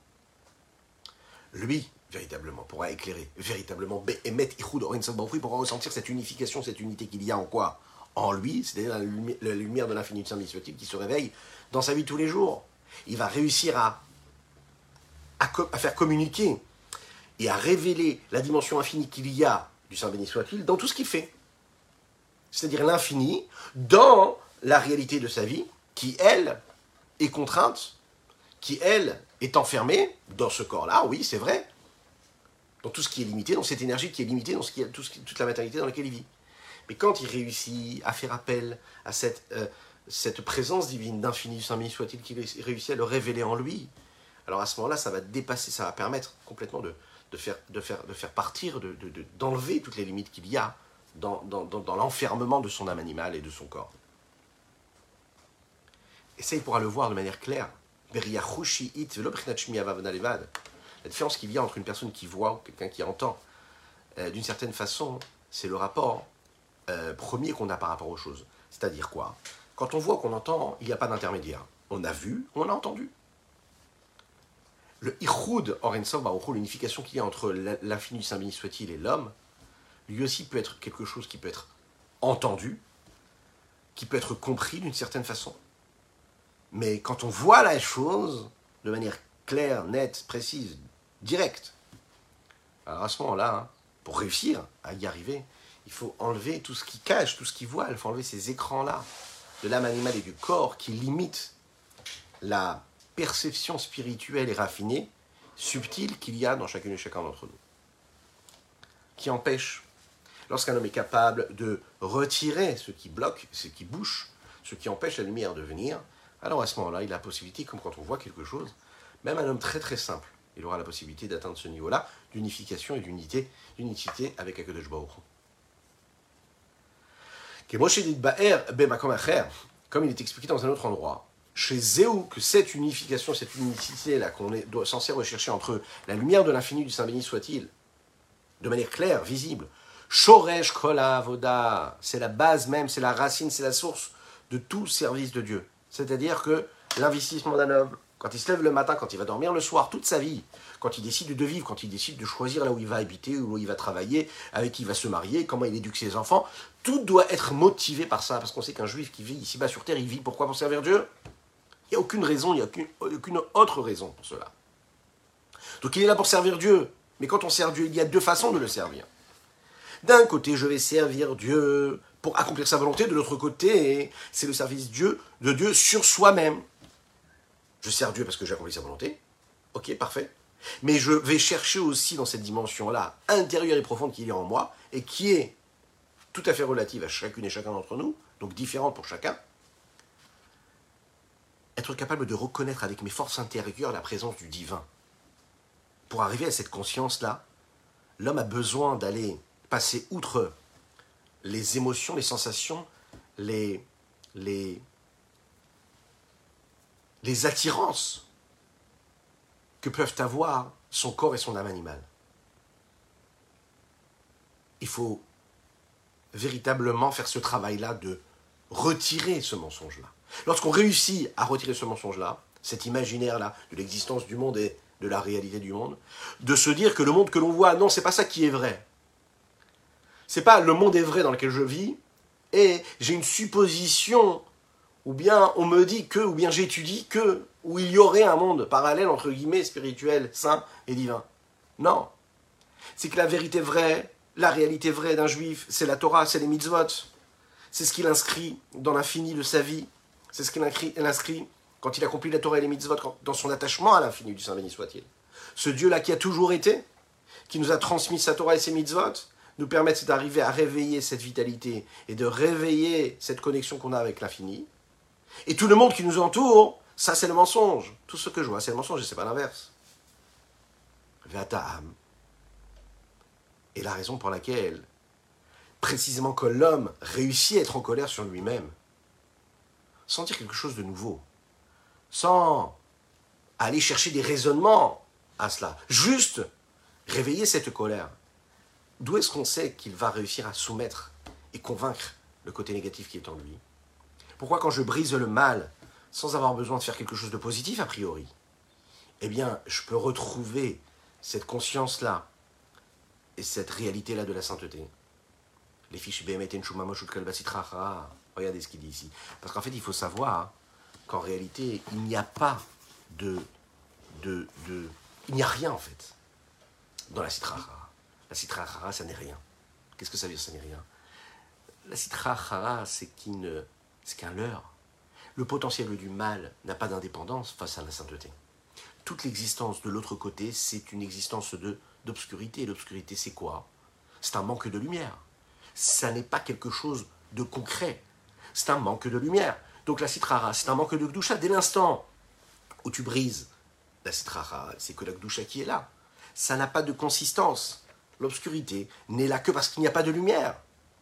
S1: Lui, véritablement, pourra éclairer, véritablement, pourra ressentir cette unification, cette unité qu'il y a en quoi? En lui, c'est-à-dire la lumière de l'infini de Saint Béni qui se réveille dans sa vie tous les jours. Il va réussir à faire communiquer et à révéler la dimension infinie qu'il y a du Saint Béni soit-il dans tout ce qu'il fait. C'est-à-dire l'infini dans la réalité de sa vie qui, elle, est contrainte, qui, elle, est enfermée dans ce corps-là, oui, c'est vrai, dans tout ce qui est limité, dans cette énergie qui est limitée, dans toute la matérialité dans laquelle il vit. Mais quand il réussit à faire appel à cette présence divine d'infini, Saint béni soit-il, qu'il réussit à le révéler en lui, alors à ce moment-là, ça va dépasser, ça va permettre complètement de faire partir, d'enlever toutes les limites qu'il y a dans l'enfermement de son âme animale et de son corps. Et ça, il pourra le voir de manière claire. La différence qu'il y a entre une personne qui voit ou quelqu'un qui entend, d'une certaine façon, c'est le rapport premier qu'on a par rapport aux choses. C'est-à-dire quoi? Quand on voit, qu'on entend, il n'y a pas d'intermédiaire. On a vu, on a entendu. Le Ichud Orensov Baruch Hu, l'unification qu'il y a entre l'infini du Saint béni soit-il et l'homme, lui aussi peut être quelque chose qui peut être entendu, qui peut être compris d'une certaine façon. Mais quand on voit la chose de manière claire, nette, précise, directe, alors à ce moment-là, pour réussir à y arriver, il faut enlever tout ce qui cache, tout ce qui voile. Il faut enlever ces écrans-là de l'âme animale et du corps qui limitent la perception spirituelle et raffinée, subtile qu'il y a dans chacune et chacun d'entre nous. Qui empêche, lorsqu'un homme est capable de retirer ce qui bloque, ce qui bouche, ce qui empêche la lumière de venir, alors à ce moment-là, il a la possibilité, comme quand on voit quelque chose, même un homme très très simple, il aura la possibilité d'atteindre ce niveau-là d'unification et d'unicité avec Akadosh Baruch Hu. Comme il est expliqué dans un autre endroit, chez Zéou, que cette unification, cette unicité-là qu'on est censé rechercher entre la lumière de l'infini du Saint béni soit-il, de manière claire, visible, Shoresh Kol Avoda, c'est la base même, c'est la racine, c'est la source de tout service de Dieu. C'est-à-dire que l'investissement d'un homme, quand il se lève le matin, quand il va dormir le soir, toute sa vie, quand il décide de vivre, quand il décide de choisir là où il va habiter, où il va travailler, avec qui il va se marier, comment il éduque ses enfants, tout doit être motivé par ça, parce qu'on sait qu'un juif qui vit ici-bas sur terre, il vit pourquoi? Pour servir Dieu. Il n'y a aucune raison, il n'y a aucune autre raison pour cela. Donc il est là pour servir Dieu. Mais quand on sert Dieu, il y a deux façons de le servir. D'un côté, je vais servir Dieu pour accomplir sa volonté. De l'autre côté, c'est le service de Dieu sur soi-même. Je sers Dieu parce que j'ai accompli sa volonté. Ok, parfait. Mais je vais chercher aussi dans cette dimension-là, intérieure et profonde qu'il y a en moi, et qui est tout à fait relative à chacune et chacun d'entre nous, donc différente pour chacun, être capable de reconnaître avec mes forces intérieures la présence du divin. pour arriver à cette conscience-là, l'homme a besoin d'aller passer outre les émotions, les sensations, les attirances que peuvent avoir son corps et son âme animale. Il faut véritablement faire ce travail-là de retirer ce mensonge-là. Lorsqu'on réussit à retirer ce mensonge-là, cet imaginaire-là de l'existence du monde et de la réalité du monde, de se dire que le monde que l'on voit, non, c'est pas ça qui est vrai. C'est pas le monde est vrai dans lequel je vis, et j'ai une supposition, ou bien on me dit que, ou bien j'étudie que, où il y aurait un monde parallèle, entre guillemets, spirituel, saint et divin. Non. C'est que la vérité vraie, la réalité vraie d'un juif, c'est la Torah, c'est les mitzvot. C'est ce qu'il inscrit dans l'infini de sa vie. C'est ce qu'il inscrit quand il accomplit la Torah et les mitzvot, dans son attachement à l'infini du Saint béni soit-il. Ce Dieu-là qui a toujours été, qui nous a transmis sa Torah et ses mitzvot, nous permettent d'arriver à réveiller cette vitalité et de réveiller cette connexion qu'on a avec l'infini. Et tout le monde qui nous entoure, ça c'est le mensonge. Tout ce que je vois, c'est le mensonge et c'est pas l'inverse. Ve'ata'am. Et la raison pour laquelle, précisément que l'homme réussit à être en colère sur lui-même, sans dire quelque chose de nouveau, sans aller chercher des raisonnements à cela, juste réveiller cette colère. D'où est-ce qu'on sait qu'il va réussir à soumettre et convaincre le côté négatif qui est en lui? Pourquoi quand je brise le mal, sans avoir besoin de faire quelque chose de positif a priori, eh bien, je peux retrouver cette conscience-là et cette réalité-là de la sainteté. Les fiches BMT Nchumamoshut Kalbasitraha, regardez ce qu'il dit ici. Parce qu'en fait, il faut savoir qu'en réalité, il n'y a pas il n'y a rien en fait dans la Sitrahara. La Sitrahara, ça n'est rien. Qu'est-ce que ça veut dire, ça n'est rien? La Sitrahara, c'est qu'un leurre. Le potentiel du mal n'a pas d'indépendance face à la sainteté. Toute l'existence de l'autre côté, c'est une existence d'obscurité. Et l'obscurité, c'est quoi? C'est un manque de lumière. Ça n'est pas quelque chose de concret. C'est un manque de lumière. Donc la Sitrahara, c'est un manque de Gdusha. Dès l'instant où tu brises la Sitrahara, c'est que la Gdusha qui est là. Ça n'a pas de consistance. L'obscurité n'est là que parce qu'il n'y a pas de lumière.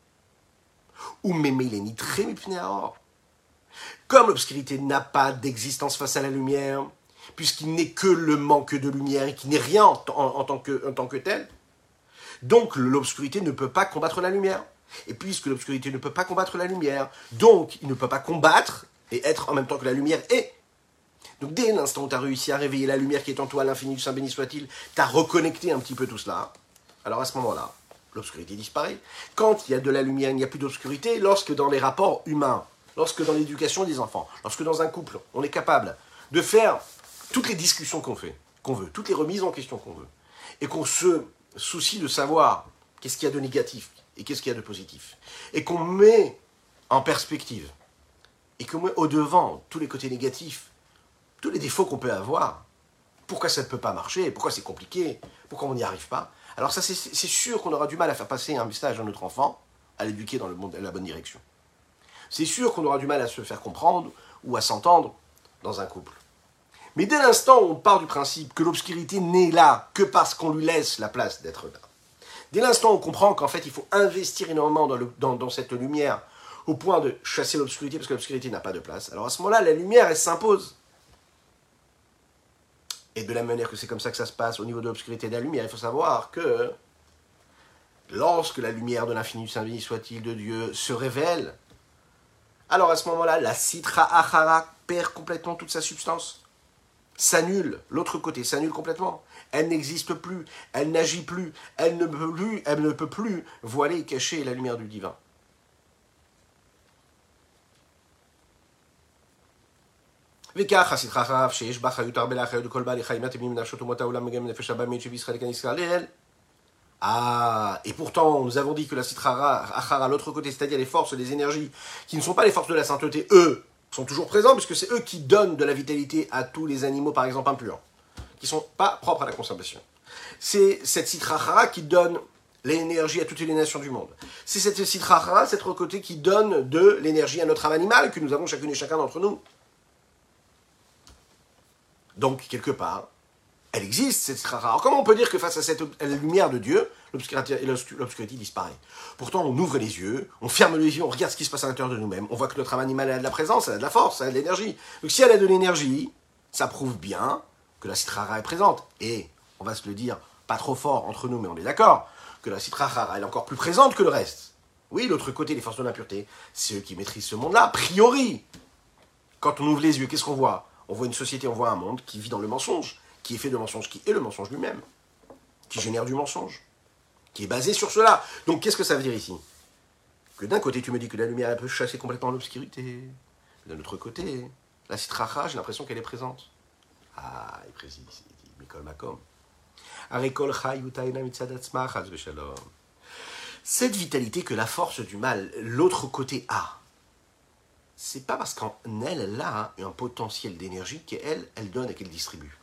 S1: Ou méméleni très mipnéaor. Comme l'obscurité n'a pas d'existence face à la lumière, puisqu'il n'est que le manque de lumière et qu'il n'est rien en tant que tel, donc l'obscurité ne peut pas combattre la lumière. Et puisque l'obscurité ne peut pas combattre la lumière, donc il ne peut pas combattre et être en même temps que la lumière est. Donc dès l'instant où tu as réussi à réveiller la lumière qui est en toi, l'infini du Saint béni soit-il, tu as reconnecté un petit peu tout cela. Alors à ce moment-là, l'obscurité disparaît. Quand il y a de la lumière, il n'y a plus d'obscurité. Lorsque dans les rapports humains, lorsque dans l'éducation des enfants, lorsque dans un couple, on est capable de faire toutes les discussions qu'on veut, toutes les remises en question qu'on veut, et qu'on se soucie de savoir qu'est-ce qu'il y a de négatif et qu'est-ce qu'il y a de positif, et qu'on met en perspective, et qu'on met au-devant tous les côtés négatifs, tous les défauts qu'on peut avoir, pourquoi ça ne peut pas marcher, pourquoi c'est compliqué, pourquoi on n'y arrive pas. Alors ça, c'est sûr qu'on aura du mal à faire passer un message à notre enfant, à l'éduquer dans la bonne direction. C'est sûr qu'on aura du mal à se faire comprendre ou à s'entendre dans un couple. Mais dès l'instant où on part du principe que l'obscurité n'est là que parce qu'on lui laisse la place d'être là, dès l'instant où on comprend qu'en fait il faut investir énormément dans cette lumière au point de chasser l'obscurité parce que l'obscurité n'a pas de place, alors à ce moment-là, la lumière, elle s'impose. Et de la manière que c'est comme ça que ça se passe au niveau de l'obscurité et de la lumière, il faut savoir que lorsque la lumière de l'infini du Saint béni soit-il de Dieu se révèle, alors à ce moment-là, la Sitra Achara perd complètement toute sa substance, s'annule, l'autre côté s'annule complètement. Elle n'existe plus, elle n'agit plus, elle ne peut plus voiler et cacher la lumière du divin. Ah, et pourtant, nous avons dit que la Sitra Achara, l'autre côté, c'est-à-dire les forces, les énergies, qui ne sont pas les forces de la sainteté, eux, sont toujours présents, puisque c'est eux qui donnent de la vitalité à tous les animaux, par exemple, impurs, qui ne sont pas propres à la conservation. C'est cette Sitra Achara qui donne l'énergie à toutes les nations du monde. C'est cette Sitra Achara, cet autre côté, qui donne de l'énergie à notre âme animale, que nous avons chacune et chacun d'entre nous. Donc, quelque part, Elle existe, cette Sitra Hara. Alors comment on peut dire que face à cette la lumière de Dieu, l'obscurité disparaît? Pourtant, on ouvre les yeux, on ferme les yeux, on regarde ce qui se passe à l'intérieur de nous-mêmes, on voit que notre âme animale a de la présence, elle a de la force, elle a de l'énergie. Donc si elle a de l'énergie, ça prouve bien que la Sitra Hara est présente. Et, on va se le dire, pas trop fort entre nous, mais on est d'accord, que la Sitra Hara elle est encore plus présente que le reste. Oui, l'autre côté, les forces de l'impureté, c'est eux qui maîtrisent ce monde-là, a priori. Quand on ouvre les yeux, qu'est-ce qu'on voit? On voit une société, on voit un monde qui vit dans le mensonge, qui est fait de mensonge, qui est le mensonge lui-même, qui génère du mensonge, qui est basé sur cela. Donc qu'est-ce que ça veut dire ici? Que d'un côté, tu me dis que la lumière elle peut chasser complètement l'obscurité. D'un autre côté, la Sitra Hara, j'ai l'impression qu'elle est présente. Ah, il précise, il dit, Mikol Makom. Cette vitalité que la force du mal, l'autre côté a, c'est pas parce qu'en elle, elle a un potentiel d'énergie qu'elle, elle donne et qu'elle distribue.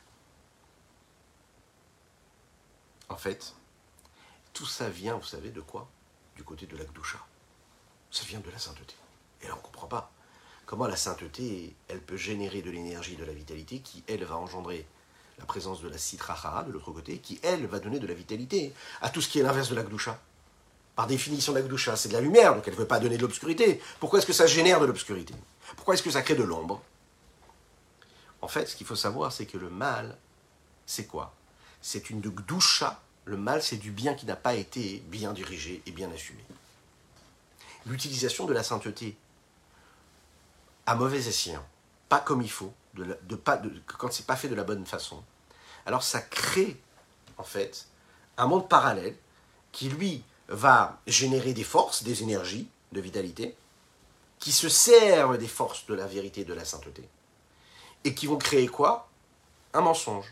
S1: En fait, tout ça vient, vous savez, de quoi? Du côté de la Gdusha. Ça vient de la sainteté. Et là, on ne comprend pas comment la sainteté, elle peut générer de l'énergie, de la vitalité, qui, elle, va engendrer la présence de la Sitra Hara, de l'autre côté, qui, elle, va donner de la vitalité à tout ce qui est l'inverse de la Gdusha. Par définition, la Gdusha, c'est de la lumière, donc elle ne veut pas donner de l'obscurité. Pourquoi est-ce que ça génère de l'obscurité? Pourquoi est-ce que ça crée de l'ombre? En fait, ce qu'il faut savoir, c'est que le mal, c'est quoi? C'est une Gdusha. Le mal, c'est du bien qui n'a pas été bien dirigé et bien assumé. L'utilisation de la sainteté à mauvais escient, pas comme il faut, quand c'est pas fait de la bonne façon, alors ça crée, en fait, un monde parallèle qui, lui, va générer des forces, des énergies de vitalité, qui se servent des forces de la vérité et de la sainteté, et qui vont créer quoi? Un mensonge.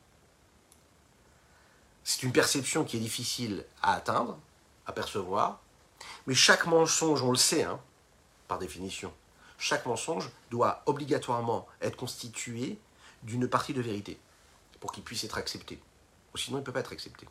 S1: C'est une perception qui est difficile à atteindre, à percevoir, mais chaque mensonge, on le sait, par définition, chaque mensonge doit obligatoirement être constitué d'une partie de vérité pour qu'il puisse être accepté. Ou sinon, il ne peut pas être accepté.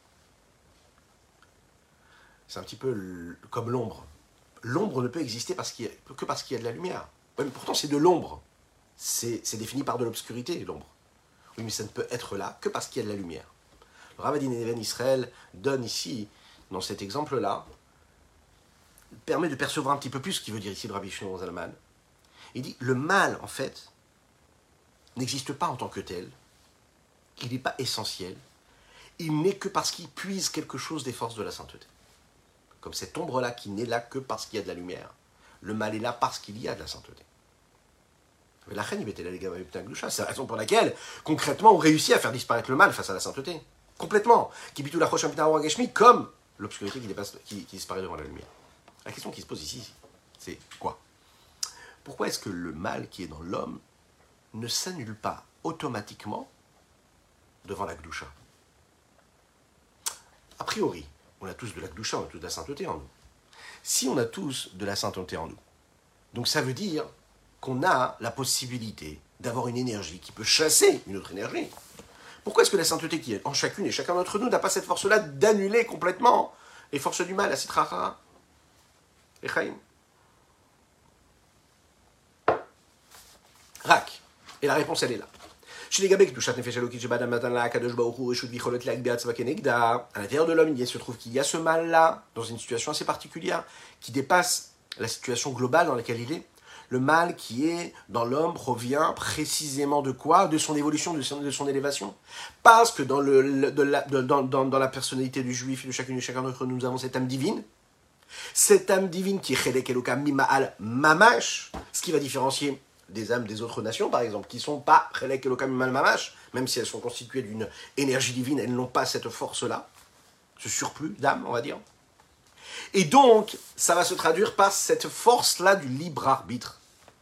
S1: C'est un petit peu comme l'ombre. L'ombre ne peut exister que parce qu'il y a de la lumière. Ouais, mais pourtant, c'est de l'ombre. C'est défini par de l'obscurité, l'ombre. Oui, mais ça ne peut être là que parce qu'il y a de la lumière. Le Rav Adin Even Israël donne ici, dans cet exemple-là, permet de percevoir un petit peu plus ce qu'il veut dire ici le Rabbi Shimon Zalman. Il dit, le mal, en fait, n'existe pas en tant que tel, il n'est pas essentiel, il n'est que parce qu'il puise quelque chose des forces de la sainteté. Comme cette ombre-là qui n'est là que parce qu'il y a de la lumière. Le mal est là parce qu'il y a de la sainteté. Mais la reine, il mettait la Lega Ma'ipta Gdusha, c'est la raison pour laquelle, concrètement, on réussit à faire disparaître le mal face à la sainteté. Complètement. Kibitu la Chosham Pina Geshmi, comme l'obscurité qui disparaît devant la lumière. La question qui se pose ici, c'est quoi? Pourquoi est-ce que le mal qui est dans l'homme ne s'annule pas automatiquement devant la Gdusha? A priori, on a tous de la Gdusha, on a tous de la sainteté en nous. Si on a tous de la sainteté en nous, donc ça veut dire qu'on a la possibilité d'avoir une énergie qui peut chasser une autre énergie. Pourquoi est-ce que la sainteté qui est en chacune et chacun d'entre nous n'a pas cette force-là d'annuler complètement les forces du mal, la Sitra Hara, les Chaim? Rak. Et la réponse, elle est là. À l'intérieur de l'homme, il se trouve qu'il y a ce mal-là, dans une situation assez particulière, qui dépasse la situation globale dans laquelle il est. Le mal qui est dans l'homme provient précisément de quoi? De son évolution, de son élévation. Parce que dans la personnalité du juif et de chacune et chacun d'entre nous, nous avons cette âme divine. Cette âme divine qui est Chelek Elokam Mima'al Mamash, ce qui va différencier des âmes des autres nations, par exemple, qui ne sont pas Chelek Elokam Mima'al Mamash, même si elles sont constituées d'une énergie divine, elles n'ont pas cette force-là, ce surplus d'âme, on va dire. Et donc, ça va se traduire par cette force-là du libre arbitre.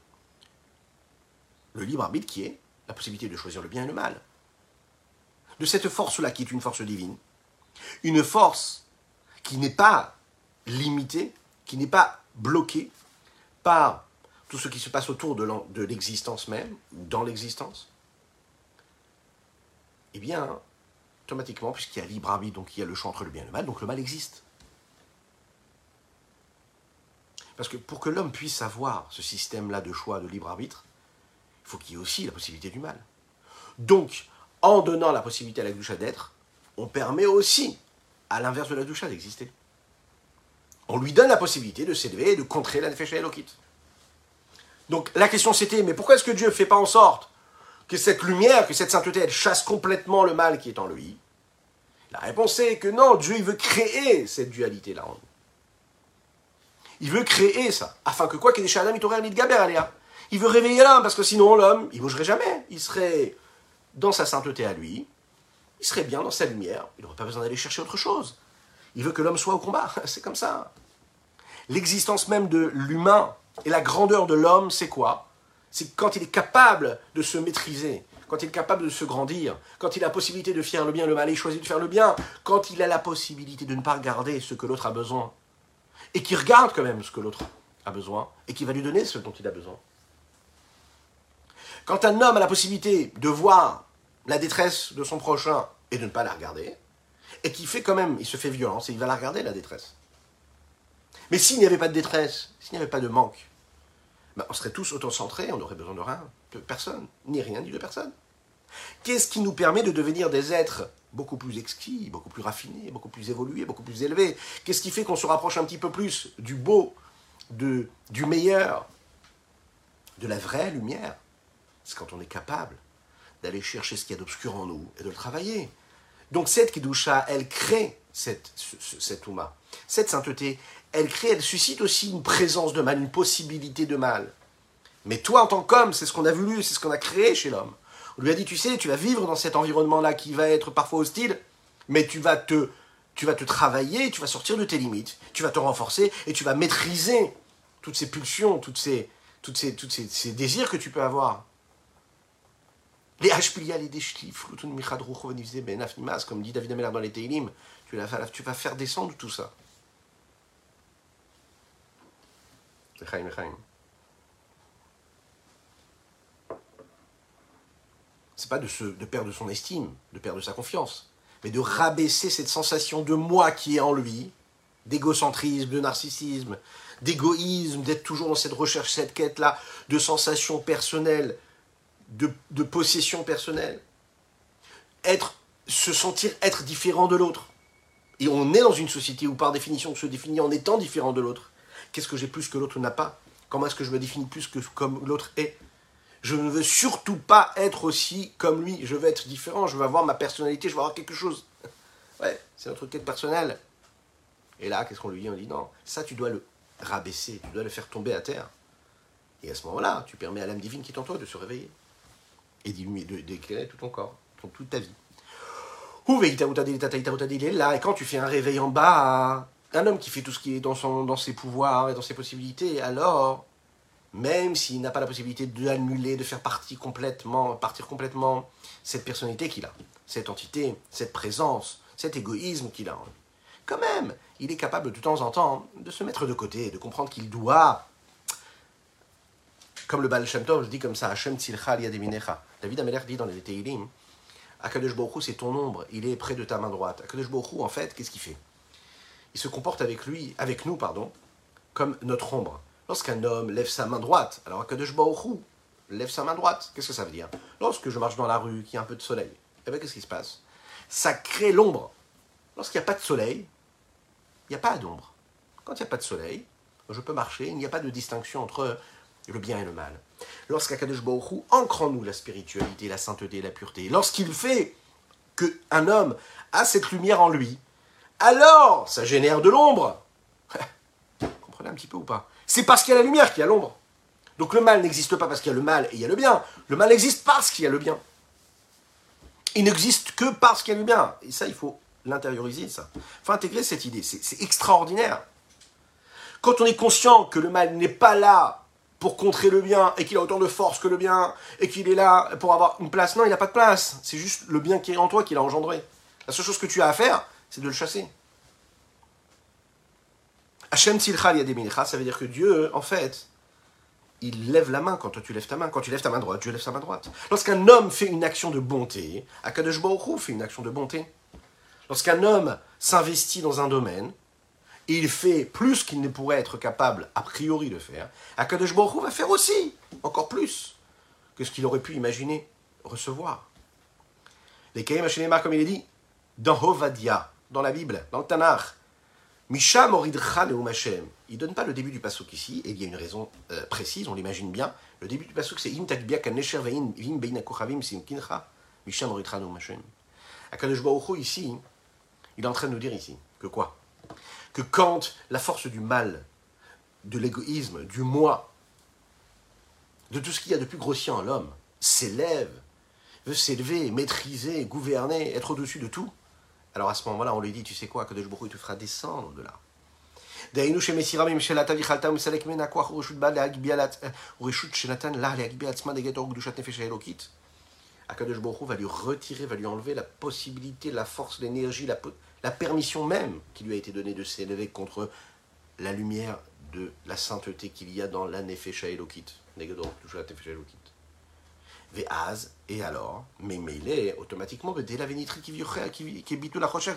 S1: Le libre arbitre qui est la possibilité de choisir le bien et le mal. De cette force-là qui est une force divine. Une force qui n'est pas limitée, qui n'est pas bloquée par tout ce qui se passe autour de l'existence même, ou dans l'existence. Eh bien, automatiquement, puisqu'il y a libre arbitre, donc il y a le choix entre le bien et le mal, donc le mal existe. Parce que pour que l'homme puisse avoir ce système-là de choix, de libre arbitre, il faut qu'il y ait aussi la possibilité du mal. Donc, En donnant la possibilité à la Kedusha d'être, on permet aussi à l'inverse de la Kedusha d'exister. On lui donne la possibilité de s'élever et de contrer la Nefesh Elokit. Donc la question c'était, mais pourquoi est-ce que Dieu ne fait pas en sorte que cette lumière, que cette sainteté, elle chasse complètement le mal qui est en lui? La réponse est que non, Dieu il veut créer cette dualité-là en nous. Il veut créer ça, afin que quoi qu'il ait Adam, il t'aurait un gaber aléa. Il veut réveiller l'homme, parce que sinon l'homme, il ne bougerait jamais. Il serait dans sa sainteté à lui, il serait bien dans sa lumière, il n'aurait pas besoin d'aller chercher autre chose. Il veut que l'homme soit au combat, c'est comme ça. L'existence même de l'humain et la grandeur de l'homme, c'est quoi? C'est quand il est capable de se maîtriser, quand il est capable de se grandir, quand il a la possibilité de faire le bien, le mal, et il choisit de faire le bien, quand il a la possibilité de ne pas regarder ce que l'autre a besoin, et qui regarde quand même ce que l'autre a besoin, et qui va lui donner ce dont il a besoin. Quand un homme a la possibilité de voir la détresse de son prochain et de ne pas la regarder, et qui fait quand même, il se fait violence et il va la regarder, la détresse. Mais s'il n'y avait pas de détresse, s'il n'y avait pas de manque, ben on serait tous autocentrés, on n'aurait besoin de rien, de personne, ni rien, ni de personne. Qu'est-ce qui nous permet de devenir des êtres beaucoup plus exquis, beaucoup plus raffinés, beaucoup plus évolués, beaucoup plus élevés? Qu'est-ce qui fait qu'on se rapproche un petit peu plus du beau, du meilleur, de la vraie lumière? C'est quand on est capable d'aller chercher ce qu'il y a d'obscur en nous et de le travailler. Donc cette Kedusha, elle crée cette Ouma. Cette sainteté, elle suscite aussi une présence de mal, une possibilité de mal. Mais toi, en tant qu'homme, c'est ce qu'on a voulu, c'est ce qu'on a créé chez l'homme. On lui a dit, tu sais, tu vas vivre dans cet environnement-là qui va être parfois hostile, mais tu vas te travailler, tu vas sortir de tes limites, tu vas te renforcer et tu vas maîtriser toutes ces pulsions, tous ces désirs que tu peux avoir. Les Hashpilia, les Deshki, Flutun Michadrucho, Venivze, Ben Afnimas, comme dit David Ameller dans les Teilim, tu vas faire descendre tout ça. Echaim. C'est pas de perdre son estime, de perdre sa confiance, mais de rabaisser cette sensation de moi qui est en lui, d'égocentrisme, de narcissisme, d'égoïsme, d'être toujours dans cette recherche, cette quête-là, de sensations personnelles, de possession personnelle. Se sentir être différent de l'autre. Et on est dans une société où par définition on se définit en étant différent de l'autre. Qu'est-ce que j'ai plus que l'autre n'a pas? Comment est-ce que je me définis plus que comme l'autre est? Je ne veux surtout pas être aussi comme lui. Je veux être différent, je veux avoir ma personnalité, je veux avoir quelque chose. Ouais, c'est notre quête personnelle. Et là, qu'est-ce qu'on lui dit? On dit non, ça tu dois le rabaisser, tu dois le faire tomber à terre. Et à ce moment-là, tu permets à l'âme divine qui est en toi de se réveiller. Et d'éclairer tout ton corps, toute ta vie. Il est là, et quand tu fais un réveil en bas, un homme qui fait tout ce qui est dans ses pouvoirs et dans ses possibilités, alors, même s'il n'a pas la possibilité d'annuler, de faire partir complètement cette personnalité qu'il a, cette entité, cette présence, cet égoïsme qu'il a en lui, quand même, il est capable de temps en temps de se mettre de côté, de comprendre qu'il doit, comme le Baal Shem Tov, je dis comme ça, Hashem tzilcha al yad yaminecha. David Ameller dit dans les Teilim, Akadosh Baruch Hu, c'est ton ombre, il est près de ta main droite. Akadosh Baruch Hu, en fait, qu'est-ce qu'il fait? Il se comporte avec nous, comme notre ombre. Lorsqu'un homme lève sa main droite, alors Akadosh Baruch Hu lève sa main droite, qu'est-ce que ça veut dire? Lorsque je marche dans la rue, qu'il y a un peu de soleil, eh bien, qu'est-ce qui se passe? Ça crée l'ombre. Lorsqu'il n'y a pas de soleil, il n'y a pas d'ombre. Quand il n'y a pas de soleil, je peux marcher, il n'y a pas de distinction entre le bien et le mal. Lorsqu'Akadosh Baruch Hu ancre en nous la spiritualité, la sainteté, la pureté, lorsqu'il fait qu'un homme a cette lumière en lui, alors ça génère de l'ombre. Vous comprenez un petit peu ou pas? C'est parce qu'il y a la lumière qu'il y a l'ombre. Donc le mal n'existe pas parce qu'il y a le mal et il y a le bien. Le mal existe parce qu'il y a le bien. Il n'existe que parce qu'il y a le bien. Et ça, il faut l'intérioriser, ça. Il faut intégrer cette idée. C'est extraordinaire. Quand on est conscient que le mal n'est pas là pour contrer le bien, et qu'il a autant de force que le bien, et qu'il est là pour avoir une place. Non, il n'a pas de place. C'est juste le bien qui est en toi qui l'a engendré. La seule chose que tu as à faire, c'est de le chasser. Hashem tzilcha yad yaminecha, ça veut dire que Dieu, en fait, il lève la main quand toi tu lèves ta main. Quand tu lèves ta main droite, Dieu lève sa main droite. Lorsqu'un homme fait une action de bonté, Akadosh Baruch Hu fait une action de bonté. Lorsqu'un homme s'investit dans un domaine, et il fait plus qu'il ne pourrait être capable, a priori, de faire, Akadosh Baruch Hu va faire aussi, encore plus, que ce qu'il aurait pu imaginer recevoir. Les Kaim Hashem, comme il est dit, dans Hovadia, dans la Bible, dans le Tanakh. Misham Oridcha Neum Hashem. Il ne donne pas le début du pasuk ici, et il y a une raison précise, on l'imagine bien. Le début du pasuk, c'est Im Takbia Kanesher Vein Vim Beina Kochavim Simkincha. Misham Oridcha Neum Hashem. Akadosh Baruch Hu, ici, il est en train de nous dire ici que quoi? Que quand la force du mal, de l'égoïsme, du moi, de tout ce qu'il y a de plus grossier en l'homme, s'élève, veut s'élever, maîtriser, gouverner, être au-dessus de tout, alors à ce moment-là, on lui dit, tu sais quoi, Akadosh Baruch Hu, il te fera descendre de là. Akadosh Baruch Hu va lui retirer, va lui enlever la possibilité, la force, l'énergie, la permission même qui lui a été donnée de s'élever contre la lumière de la sainteté qu'il y a dans la Nefesh Elokit. Ve'az, et alors, mais il est automatiquement, dès la vénitri qui est bitou la recherche,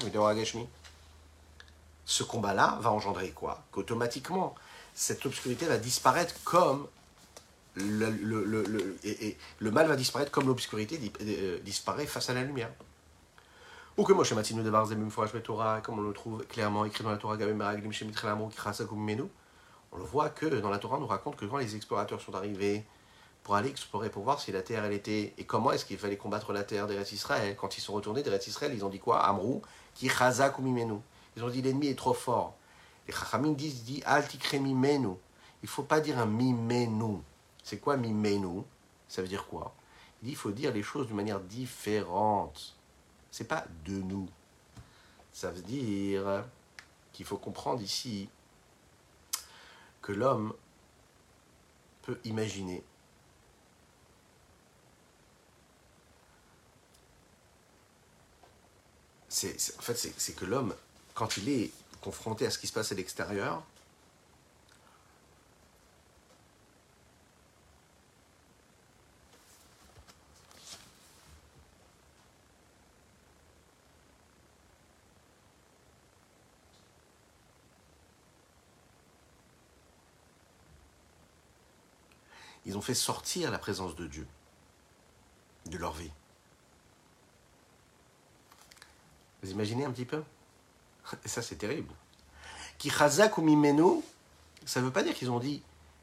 S1: ce combat-là va engendrer quoi? Qu'automatiquement, cette obscurité va disparaître comme le mal va disparaître comme l'obscurité disparaît face à la lumière. Ou que Moshe Matzinu Devar Zemim Forash Torah, comme on le trouve clairement écrit dans la Torah, on le voit que dans la Torah, on nous raconte que quand les explorateurs sont arrivés pour aller explorer, pour voir si la terre elle était, et comment est-ce qu'il fallait combattre la terre d'Eretz Israël, quand ils sont retournés d'Eretz Israël, ils ont dit quoi? Amrou, ki chazak mimenu. Ils ont dit l'ennemi est trop fort. Les Chachamim disent al tikre mimenu. Il ne faut pas dire un mimenu. C'est quoi mimenu? Ça veut dire quoi? Il dit il faut dire les choses d'une manière différente. C'est pas de nous. Ça veut dire qu'il faut comprendre ici que l'homme peut imaginer en fait, c'est que l'homme, quand il est confronté à ce qui se passe à l'extérieur, ils ont fait sortir la présence de Dieu de leur vie. Vous imaginez un petit peu? Et ça, c'est terrible. Ki chazak ou mimenu, ça ne veut pas dire qu'ils ont dit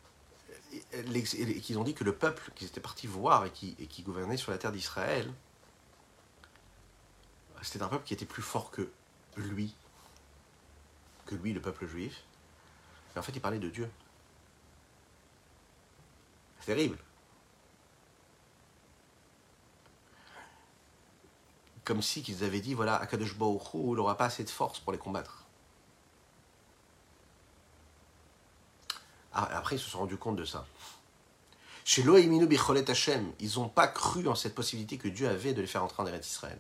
S1: que le peuple qu'ils étaient partis voir et qui gouvernait sur la terre d'Israël, c'était un peuple qui était plus fort que lui, le peuple juif. Mais en fait, il parlait de Dieu. C'est terrible. Comme si qu'ils avaient dit, voilà, Akadosh Baruch Hu, il n'aura pas assez de force pour les combattre. Après, ils se sont rendus compte de ça. Chez Loïminu Bicholet Hashem, ils n'ont pas cru en cette possibilité que Dieu avait de les faire entrer en Eretz Israël.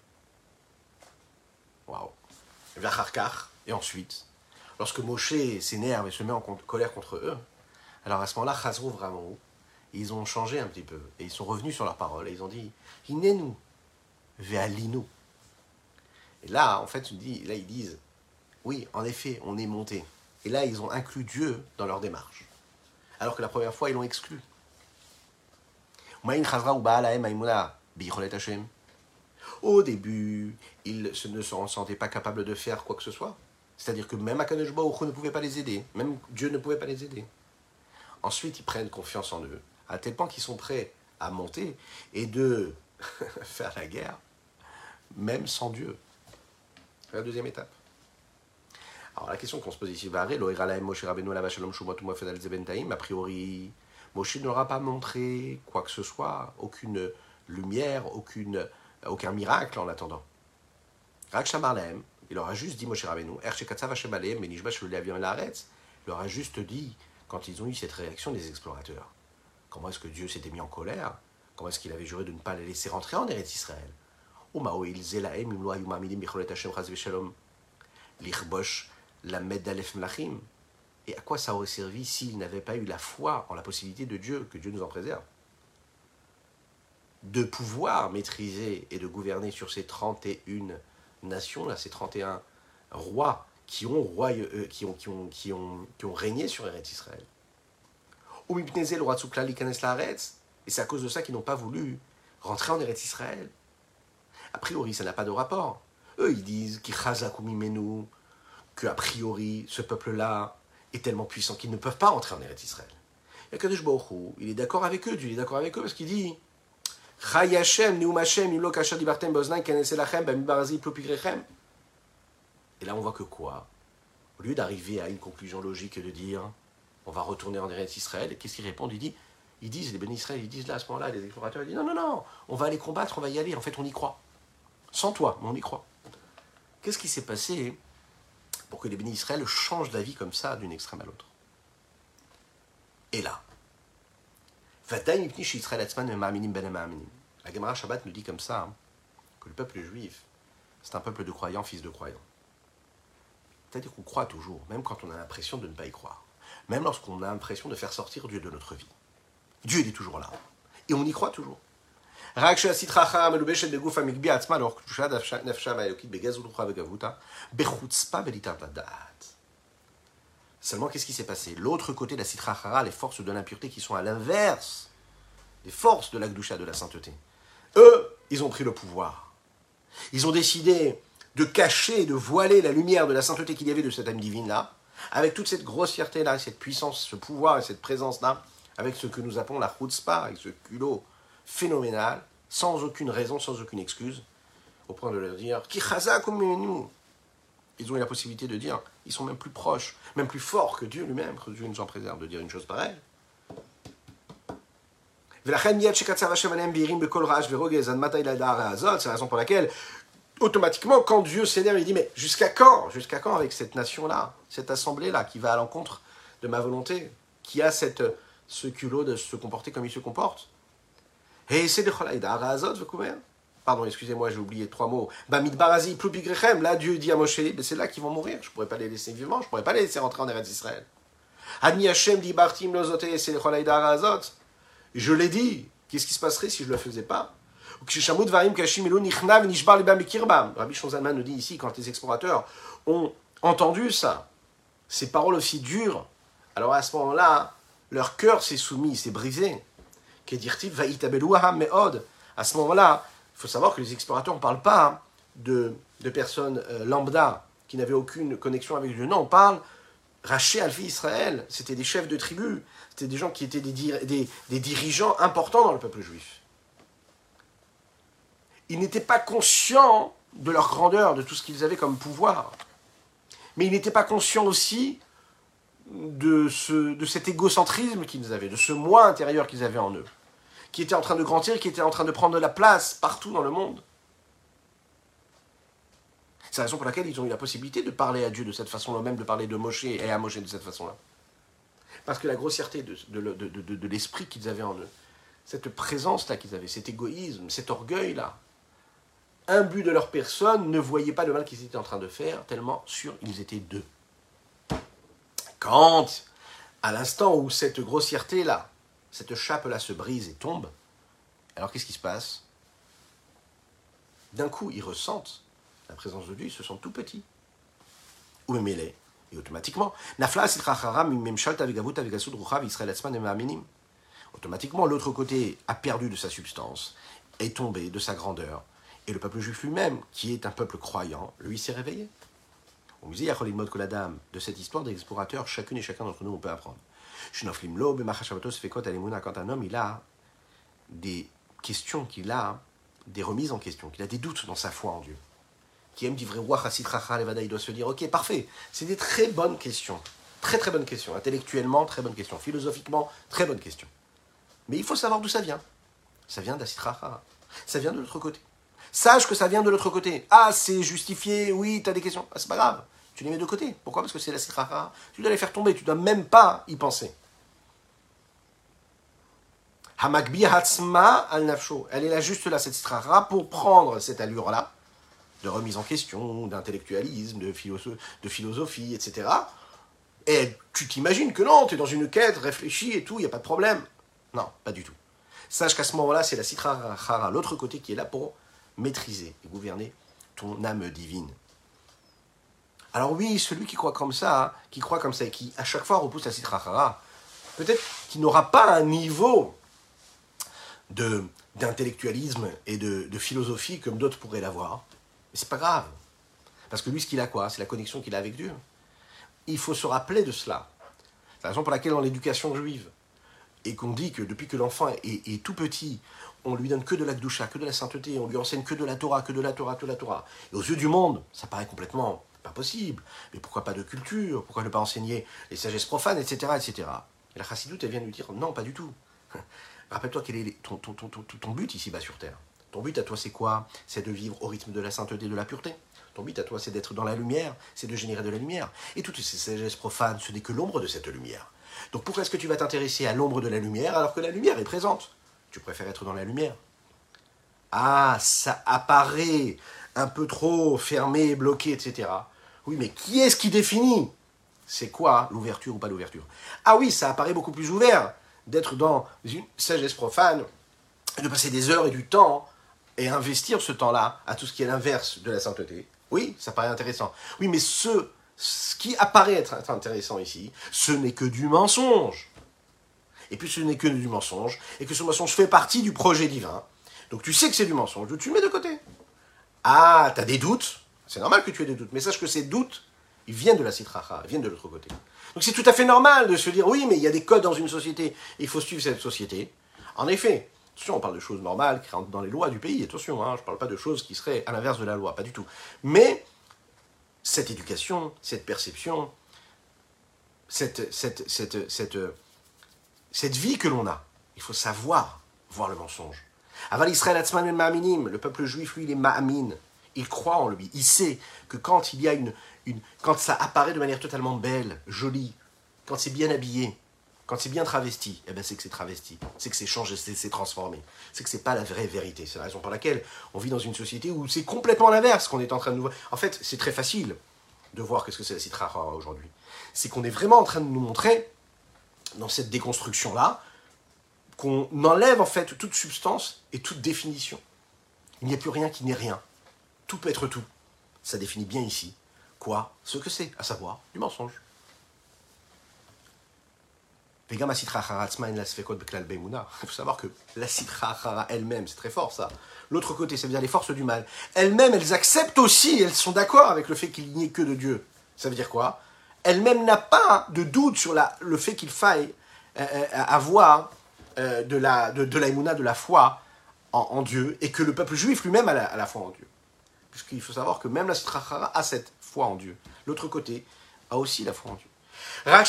S1: Waouh. Et ensuite, lorsque Moshe s'énerve et se met en colère contre eux, alors à ce moment-là, Chazrou vraiment, ils ont changé un petit peu. Et ils sont revenus sur leurs paroles. Et ils ont dit, Hinenu, Ve'alinu. Et là, en fait, ils disent, oui, en effet, on est monté. Et là, ils ont inclus Dieu dans leur démarche. Alors que la première fois, ils l'ont exclu. Au début, ils ne se sentaient pas capables de faire quoi que ce soit. C'est-à-dire que même Akadosh Baruch Hu ne pouvait pas les aider. Même Dieu ne pouvait pas les aider. Ensuite, ils prennent confiance en eux, à tel point qu'ils sont prêts à monter et de faire la guerre, même sans Dieu. C'est la deuxième étape. Alors la question qu'on se pose ici, a priori, Moshe ne leur a pas montré quoi que ce soit, aucune lumière, aucun miracle en attendant. Il leur a juste dit, Moshe Rabbeinu, il leur a juste dit, quand ils ont eu cette réaction des explorateurs, comment est-ce que Dieu s'était mis en colère, comment est-ce qu'il avait juré de ne pas les laisser rentrer en Eretz Israël. Et à quoi ça aurait servi s'ils n'avaient pas eu la foi en la possibilité de Dieu, que Dieu nous en préserve, de pouvoir maîtriser et de gouverner sur ces 31 nations, là, ces 31 rois qui ont régné sur Eretz Israël. Et c'est à cause de ça qu'ils n'ont pas voulu rentrer en Eretz Israël. A priori, ça n'a pas de rapport. Eux, ils disent que a priori, ce peuple-là est tellement puissant qu'ils ne peuvent pas entrer en Eretz Israël. Et Kadosh Baruch Hu, il est d'accord avec eux, Dieu est d'accord avec eux parce qu'il dit Chai Hashem, Neum Hashem, Imlo Kasher Dibartem Boznan, Kanese Lachem, Bamibarazi, Plopigrechem. Et là, on voit que quoi? Au lieu d'arriver à une conclusion logique et de dire on va retourner en Eretz Israël, qu'est-ce qu'ils répondent? Ils disent, les bénis Israël, ils disent là à ce moment-là, les explorateurs, ils disent non, on va aller combattre, on va y aller, en fait on y croit. Sans toi, mais on y croit. Qu'est-ce qui s'est passé pour que les bénis Israël changent d'avis comme ça d'une extrême à l'autre? Et là, la Gemara Shabbat nous dit comme ça que le peuple juif, c'est un peuple de croyants, fils de croyants. C'est-à-dire qu'on croit toujours, même quand on a l'impression de ne pas y croire. Même lorsqu'on a l'impression de faire sortir Dieu de notre vie. Dieu, il est toujours là. Et on y croit toujours. Seulement, qu'est-ce qui s'est passé? L'autre côté de la Sitra Achara, les forces de l'impureté qui sont à l'inverse des forces de la Gdusha, de la sainteté. Eux, ils ont pris le pouvoir. Ils ont décidé de cacher, de voiler la lumière de la sainteté qu'il y avait de cette âme divine-là, avec toute cette grossièreté-là, cette puissance, ce pouvoir et cette présence-là, avec ce que nous appelons la chutzpah, avec ce culot phénoménal, sans aucune raison, sans aucune excuse, au point de leur dire « Ki chazak nous ». Ils ont eu la possibilité de dire, ils sont même plus proches, même plus forts que Dieu lui-même, que Dieu nous en préserve de dire une chose pareille. C'est la raison pour laquelle, automatiquement, quand Dieu s'énerve, il dit, mais jusqu'à quand avec cette nation-là, cette assemblée-là, qui va à l'encontre de ma volonté, qui a ce culot de se comporter comme il se comporte? Pardon, excusez-moi, j'ai oublié 3 mots. Bamidbarazi, Plupigrechem, là Dieu dit à Moshe, c'est là qu'ils vont mourir, je ne pourrais pas les laisser vivants, je ne pourrais pas les laisser rentrer en Eretz Israël. Admi Hashem dit Bartim Lozote, c'est le Cholaïda Arazot. Je l'ai dit, qu'est-ce qui se passerait si je ne le faisais pas? Rabbi Shonzalman nous dit ici, quand les explorateurs ont entendu ça, ces paroles aussi dures, alors à ce moment-là, leur cœur s'est soumis, s'est brisé. À ce moment-là, il faut savoir que les explorateurs, on ne parle pas de personnes lambda qui n'avaient aucune connexion avec Dieu. Non, on parle Raché Alfi Israël, c'était des chefs de tribus, c'était des gens qui étaient des dirigeants importants dans le peuple juif. Ils n'étaient pas conscients de leur grandeur, de tout ce qu'ils avaient comme pouvoir. Mais ils n'étaient pas conscients aussi de cet égocentrisme qu'ils avaient, de ce moi intérieur qu'ils avaient en eux, qui était en train de grandir, qui était en train de prendre de la place partout dans le monde. C'est la raison pour laquelle ils ont eu la possibilité de parler à Dieu de cette façon-là, même de parler de Moshe et à Moshe de cette façon-là. Parce que la grossièreté de l'esprit qu'ils avaient en eux, cette présence-là qu'ils avaient, cet égoïsme, cet orgueil-là, imbus de leur personne, ne voyaient pas le mal qu'ils étaient en train de faire, tellement sûrs ils étaient d'eux. Quand, à l'instant où cette grossièreté-là, cette chape-là se brise et tombe, alors qu'est-ce qui se passe? D'un coup, ils ressentent la présence de Dieu, ils se sentent tout petits. Ou mêlés. Et automatiquement, automatiquement, l'autre côté a perdu de sa substance, est tombé de sa grandeur. Et le peuple juif lui-même, qui est un peuple croyant, lui s'est réveillé. On dit, de cette histoire des explorateurs, chacune et chacun d'entre nous, on peut apprendre. Quand un homme, il a des questions, qu'il a des remises en question, qu'il a des doutes dans sa foi en Dieu, qui aime dire il doit se dire, ok, parfait, c'est des très bonnes questions, très très bonnes questions, intellectuellement, très bonnes questions, philosophiquement, très bonnes questions. Mais il faut savoir d'où ça vient. Ça vient d'Asitracha, ça vient de l'autre côté. Sache que ça vient de l'autre côté. Ah, c'est justifié, oui, tu as des questions. Ah, c'est pas grave, tu les mets de côté. Pourquoi? Parce que c'est la Sitracha. Tu dois les faire tomber, tu dois même pas y penser. Hamakbi Hatzma al Nafsho. Elle est là, juste là, cette Sitracha, pour prendre cette allure-là, de remise en question, d'intellectualisme, de philosophie, etc. Et tu t'imagines que non, tu es dans une quête, réfléchis et tout, il n'y a pas de problème. Non, pas du tout. Sache qu'à ce moment-là, c'est la Sitracha, l'autre côté, qui est là pour maîtriser et gouverner ton âme divine. Alors oui, celui qui croit comme ça et qui à chaque fois repousse la Sitra Achara, peut-être qu'il n'aura pas un niveau d'intellectualisme et de philosophie comme d'autres pourraient l'avoir. Mais c'est pas grave. Parce que lui, ce qu'il a quoi? C'est la connexion qu'il a avec Dieu. Il faut se rappeler de cela. C'est la raison pour laquelle dans l'éducation juive, et qu'on dit que depuis que l'enfant est tout petit, on lui donne que de la Kedusha, que de la sainteté, on lui enseigne que de la Torah, que de la Torah, que de la Torah. Et aux yeux du monde, ça paraît complètement pas possible. Mais pourquoi pas de culture? Pourquoi ne pas enseigner les sagesses profanes, etc., etc. Et la Chassidoute, elle vient lui dire, non, pas du tout. Rappelle-toi quel est ton but ici-bas sur Terre. Ton but à toi, c'est quoi? C'est de vivre au rythme de la sainteté, de la pureté. Ton but à toi, c'est d'être dans la lumière, c'est de générer de la lumière. Et toutes ces sagesses profanes, ce n'est que l'ombre de cette lumière. Donc pourquoi est-ce que tu vas t'intéresser à l'ombre de la lumière alors que la lumière est présente? Tu préfères être dans la lumière. Ah, ça apparaît un peu trop fermé, bloqué, etc. Oui, mais qui est-ce qui définit? C'est quoi l'ouverture ou pas l'ouverture? Ah oui, ça apparaît beaucoup plus ouvert d'être dans une sagesse profane, de passer des heures et du temps et investir ce temps-là à tout ce qui est l'inverse de la sainteté. Oui, ça paraît intéressant. Oui, mais ce qui apparaît être intéressant ici, ce n'est que du mensonge. Et puis ce n'est que du mensonge, et que ce mensonge fait partie du projet divin. Donc tu sais que c'est du mensonge, donc tu le mets de côté. Ah, tu as des doutes, c'est normal que tu aies des doutes, mais sache que ces doutes, ils viennent de la sitracha, ils viennent de l'autre côté. Donc c'est tout à fait normal de se dire, oui, mais il y a des codes dans une société, et il faut suivre cette société. En effet, attention, on parle de choses normales qui rentrent dans les lois du pays, attention, je ne parle pas de choses qui seraient à l'inverse de la loi, pas du tout. Mais cette éducation, cette perception, cette vie que l'on a, il faut savoir voir le mensonge. Aval Israël Atzman Ma'aminim, le peuple juif, lui, il est Ma'amin. Il croit en lui. Il sait que quand il y a quand ça apparaît de manière totalement belle, jolie, quand c'est bien habillé, quand c'est bien travesti, eh ben c'est que c'est travesti, c'est que c'est changé, c'est transformé, c'est que c'est pas la vraie vérité. C'est la raison pour laquelle on vit dans une société où c'est complètement l'inverse qu'on est en train de nous voir. En fait, c'est très facile de voir qu'est-ce que c'est la Sitra Achara aujourd'hui. C'est qu'on est vraiment en train de nous montrer, dans cette déconstruction-là, qu'on enlève en fait toute substance et toute définition. Il n'y a plus rien qui n'est rien. Tout peut être tout. Ça définit bien ici quoi? Ce que c'est, à savoir du mensonge. Il faut savoir que la Sitra Achara elle-même, c'est très fort ça. L'autre côté, ça veut dire les forces du mal. Elles-mêmes, elles acceptent aussi, elles sont d'accord avec le fait qu'il n'y ait que de Dieu. Ça veut dire quoi? Elle-même n'a pas de doute sur le fait qu'il faille avoir de l'aïmouna, de la foi en Dieu, et que le peuple juif lui-même a la foi en Dieu. Puisqu'il faut savoir que même la Sitra Achara a cette foi en Dieu. L'autre côté a aussi la foi en Dieu. On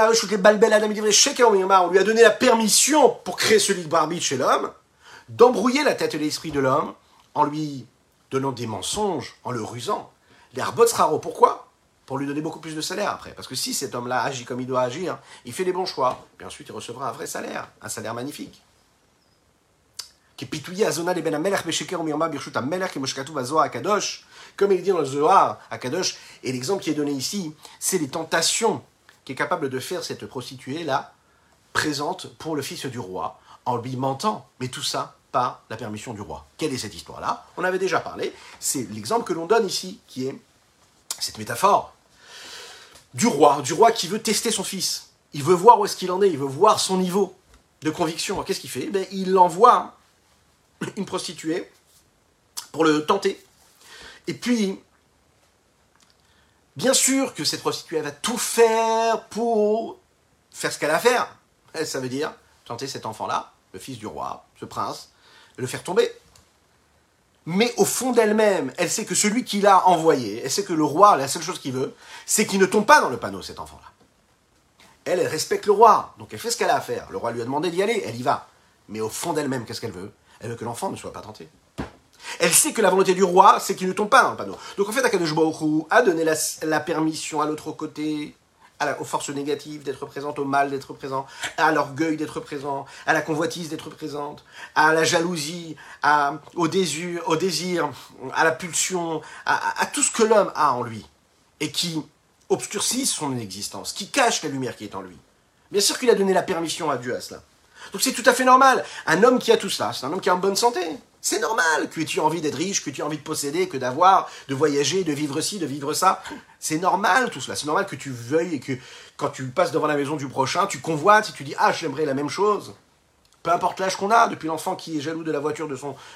S1: lui a donné la permission pour créer ce libre arbitre chez l'homme, d'embrouiller la tête et l'esprit de l'homme en lui donnant des mensonges, en le rusant. Les Arbotsraro, pourquoi? Pour lui donner beaucoup plus de salaire après. Parce que si cet homme-là agit comme il doit agir, il fait les bons choix, puis ensuite il recevra un vrai salaire, un salaire magnifique. Comme il dit dans le Zohar à Kadosh, et l'exemple qui est donné ici, c'est les tentations qu'est capable de faire cette prostituée-là, présente pour le fils du roi, en lui mentant, mais tout ça par la permission du roi. Quelle est cette histoire-là? On avait déjà parlé, c'est l'exemple que l'on donne ici, qui est cette métaphore du roi qui veut tester son fils. Il veut voir où est-ce qu'il en est, il veut voir son niveau de conviction. Alors, qu'est-ce qu'il fait? Il envoie une prostituée pour le tenter. Et puis, bien sûr que cette prostituée elle va tout faire pour faire ce qu'elle a à faire. Ça veut dire tenter cet enfant-là, le fils du roi, ce prince, le faire tomber. Mais au fond d'elle-même, elle sait que celui qui l'a envoyé, elle sait que le roi, la seule chose qu'il veut, c'est qu'il ne tombe pas dans le panneau, cet enfant-là. Elle respecte le roi, donc elle fait ce qu'elle a à faire. Le roi lui a demandé d'y aller, elle y va. Mais au fond d'elle-même, qu'est-ce qu'elle veut? Elle veut que l'enfant ne soit pas tenté. Elle sait que la volonté du roi, c'est qu'il ne tombe pas dans le panneau. Donc en fait, Akadosh Baruch Hu a donné la permission à l'autre côté, aux forces négatives d'être présentes, au mal d'être présent, à l'orgueil d'être présent, à la convoitise d'être présente, à la jalousie, au désir, à la pulsion, à tout ce que l'homme a en lui, et qui obscurcit son existence, qui cache la lumière qui est en lui. Bien sûr qu'il a donné la permission à Dieu à cela. Donc c'est tout à fait normal. Un homme qui a tout ça, c'est un homme qui est en bonne santé. C'est normal que tu aies envie d'être riche, que tu aies envie de posséder, que d'avoir, de voyager, de vivre ci, de vivre ça. C'est normal tout cela. C'est normal que tu veuilles et que quand tu passes devant la maison du prochain, tu convoites et tu dis « Ah, j'aimerais la même chose ». Peu importe l'âge qu'on a, depuis l'enfant qui est jaloux de la voiture de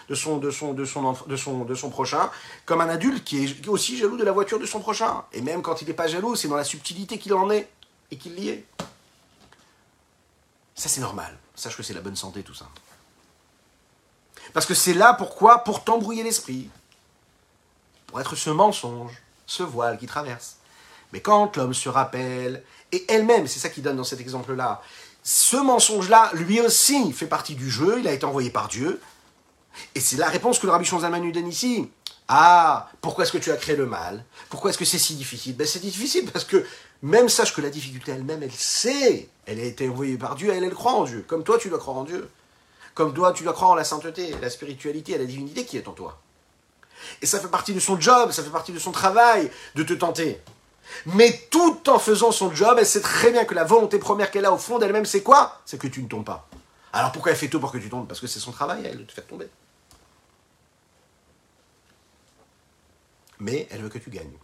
S1: son prochain, comme un adulte qui est aussi jaloux de la voiture de son prochain. Et même quand il n'est pas jaloux, c'est dans la subtilité qu'il en est et qu'il l'y est. Ça, c'est normal. Sache que c'est la bonne santé, tout ça. Parce que c'est là, pourquoi? Pour t'embrouiller l'esprit. Pour être ce mensonge, ce voile qui traverse. Mais quand l'homme se rappelle, et elle-même, c'est ça qu'il donne dans cet exemple-là, ce mensonge-là, lui aussi, fait partie du jeu, il a été envoyé par Dieu. Et c'est la réponse que le Rabbi Shimon Zalman nous donne ici. Ah, pourquoi est-ce que tu as créé le mal? Pourquoi est-ce que c'est si difficile? Ben, c'est difficile parce que même sache que la difficulté elle-même, elle sait. Elle a été envoyée par Dieu, elle croit en Dieu. Comme toi, tu dois croire en Dieu. Comme toi, tu dois croire en la sainteté, la spiritualité, la divinité qui est en toi. Et ça fait partie de son job, ça fait partie de son travail de te tenter. Mais tout en faisant son job, elle sait très bien que la volonté première qu'elle a au fond d'elle-même, c'est quoi? C'est que tu ne tombes pas. Alors pourquoi elle fait tout pour que tu tombes? Parce que c'est son travail, elle, de te faire tomber. Mais elle veut que tu gagnes.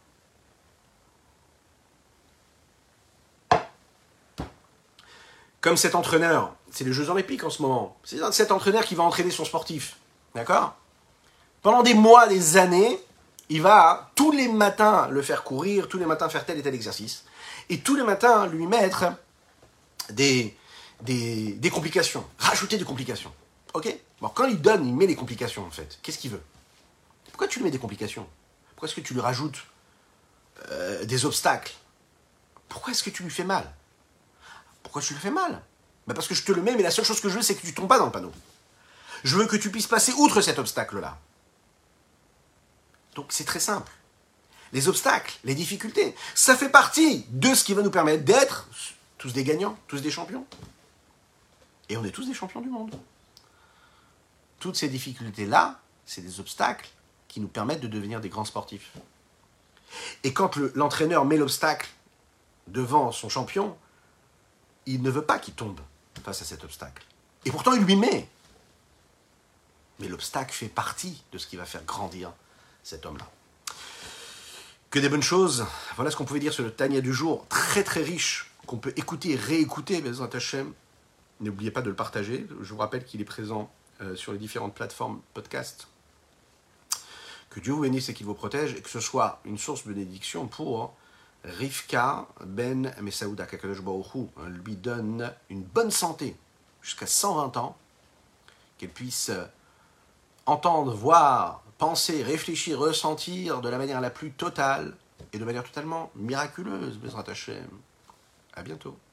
S1: Comme cet entraîneur, c'est les Jeux Olympiques en ce moment. C'est cet entraîneur qui va entraîner son sportif. D'accord? Pendant des mois, des années, il va tous les matins le faire courir, tous les matins faire tel et tel exercice, et tous les matins lui mettre des complications, rajouter des complications. Ok? Bon, quand il met les complications en fait, qu'est-ce qu'il veut? Pourquoi tu lui mets des complications? Pourquoi est-ce que tu lui rajoutes des obstacles? Pourquoi est-ce que tu lui fais mal? Pourquoi tu lui fais mal? Ben parce que je te le mets, mais la seule chose que je veux, c'est que tu ne tombes pas dans le panneau. Je veux que tu puisses passer outre cet obstacle-là. Donc c'est très simple. Les obstacles, les difficultés, ça fait partie de ce qui va nous permettre d'être tous des gagnants, tous des champions. Et on est tous des champions du monde. Toutes ces difficultés-là, c'est des obstacles qui nous permettent de devenir des grands sportifs. Et quand l'entraîneur met l'obstacle devant son champion, il ne veut pas qu'il tombe face à cet obstacle. Et pourtant, il lui met. Mais l'obstacle fait partie de ce qui va faire grandir cet homme-là. Que des bonnes choses. Voilà ce qu'on pouvait dire sur le Tanya du jour. Très très riche, qu'on peut écouter et réécouter. Bezrat Hashem. N'oubliez pas de le partager. Je vous rappelle qu'il est présent sur les différentes plateformes podcast. Que Dieu vous bénisse et qu'il vous protège. Et que ce soit une source de bénédiction pour Rivka ben Mesaouda. Qu'Akadosh Baruch Hu lui donne une bonne santé jusqu'à 120 ans. Qu'elle puisse entendre, voir, penser, réfléchir, ressentir de la manière la plus totale et de manière totalement miraculeuse, Bezrat Hashem. À bientôt.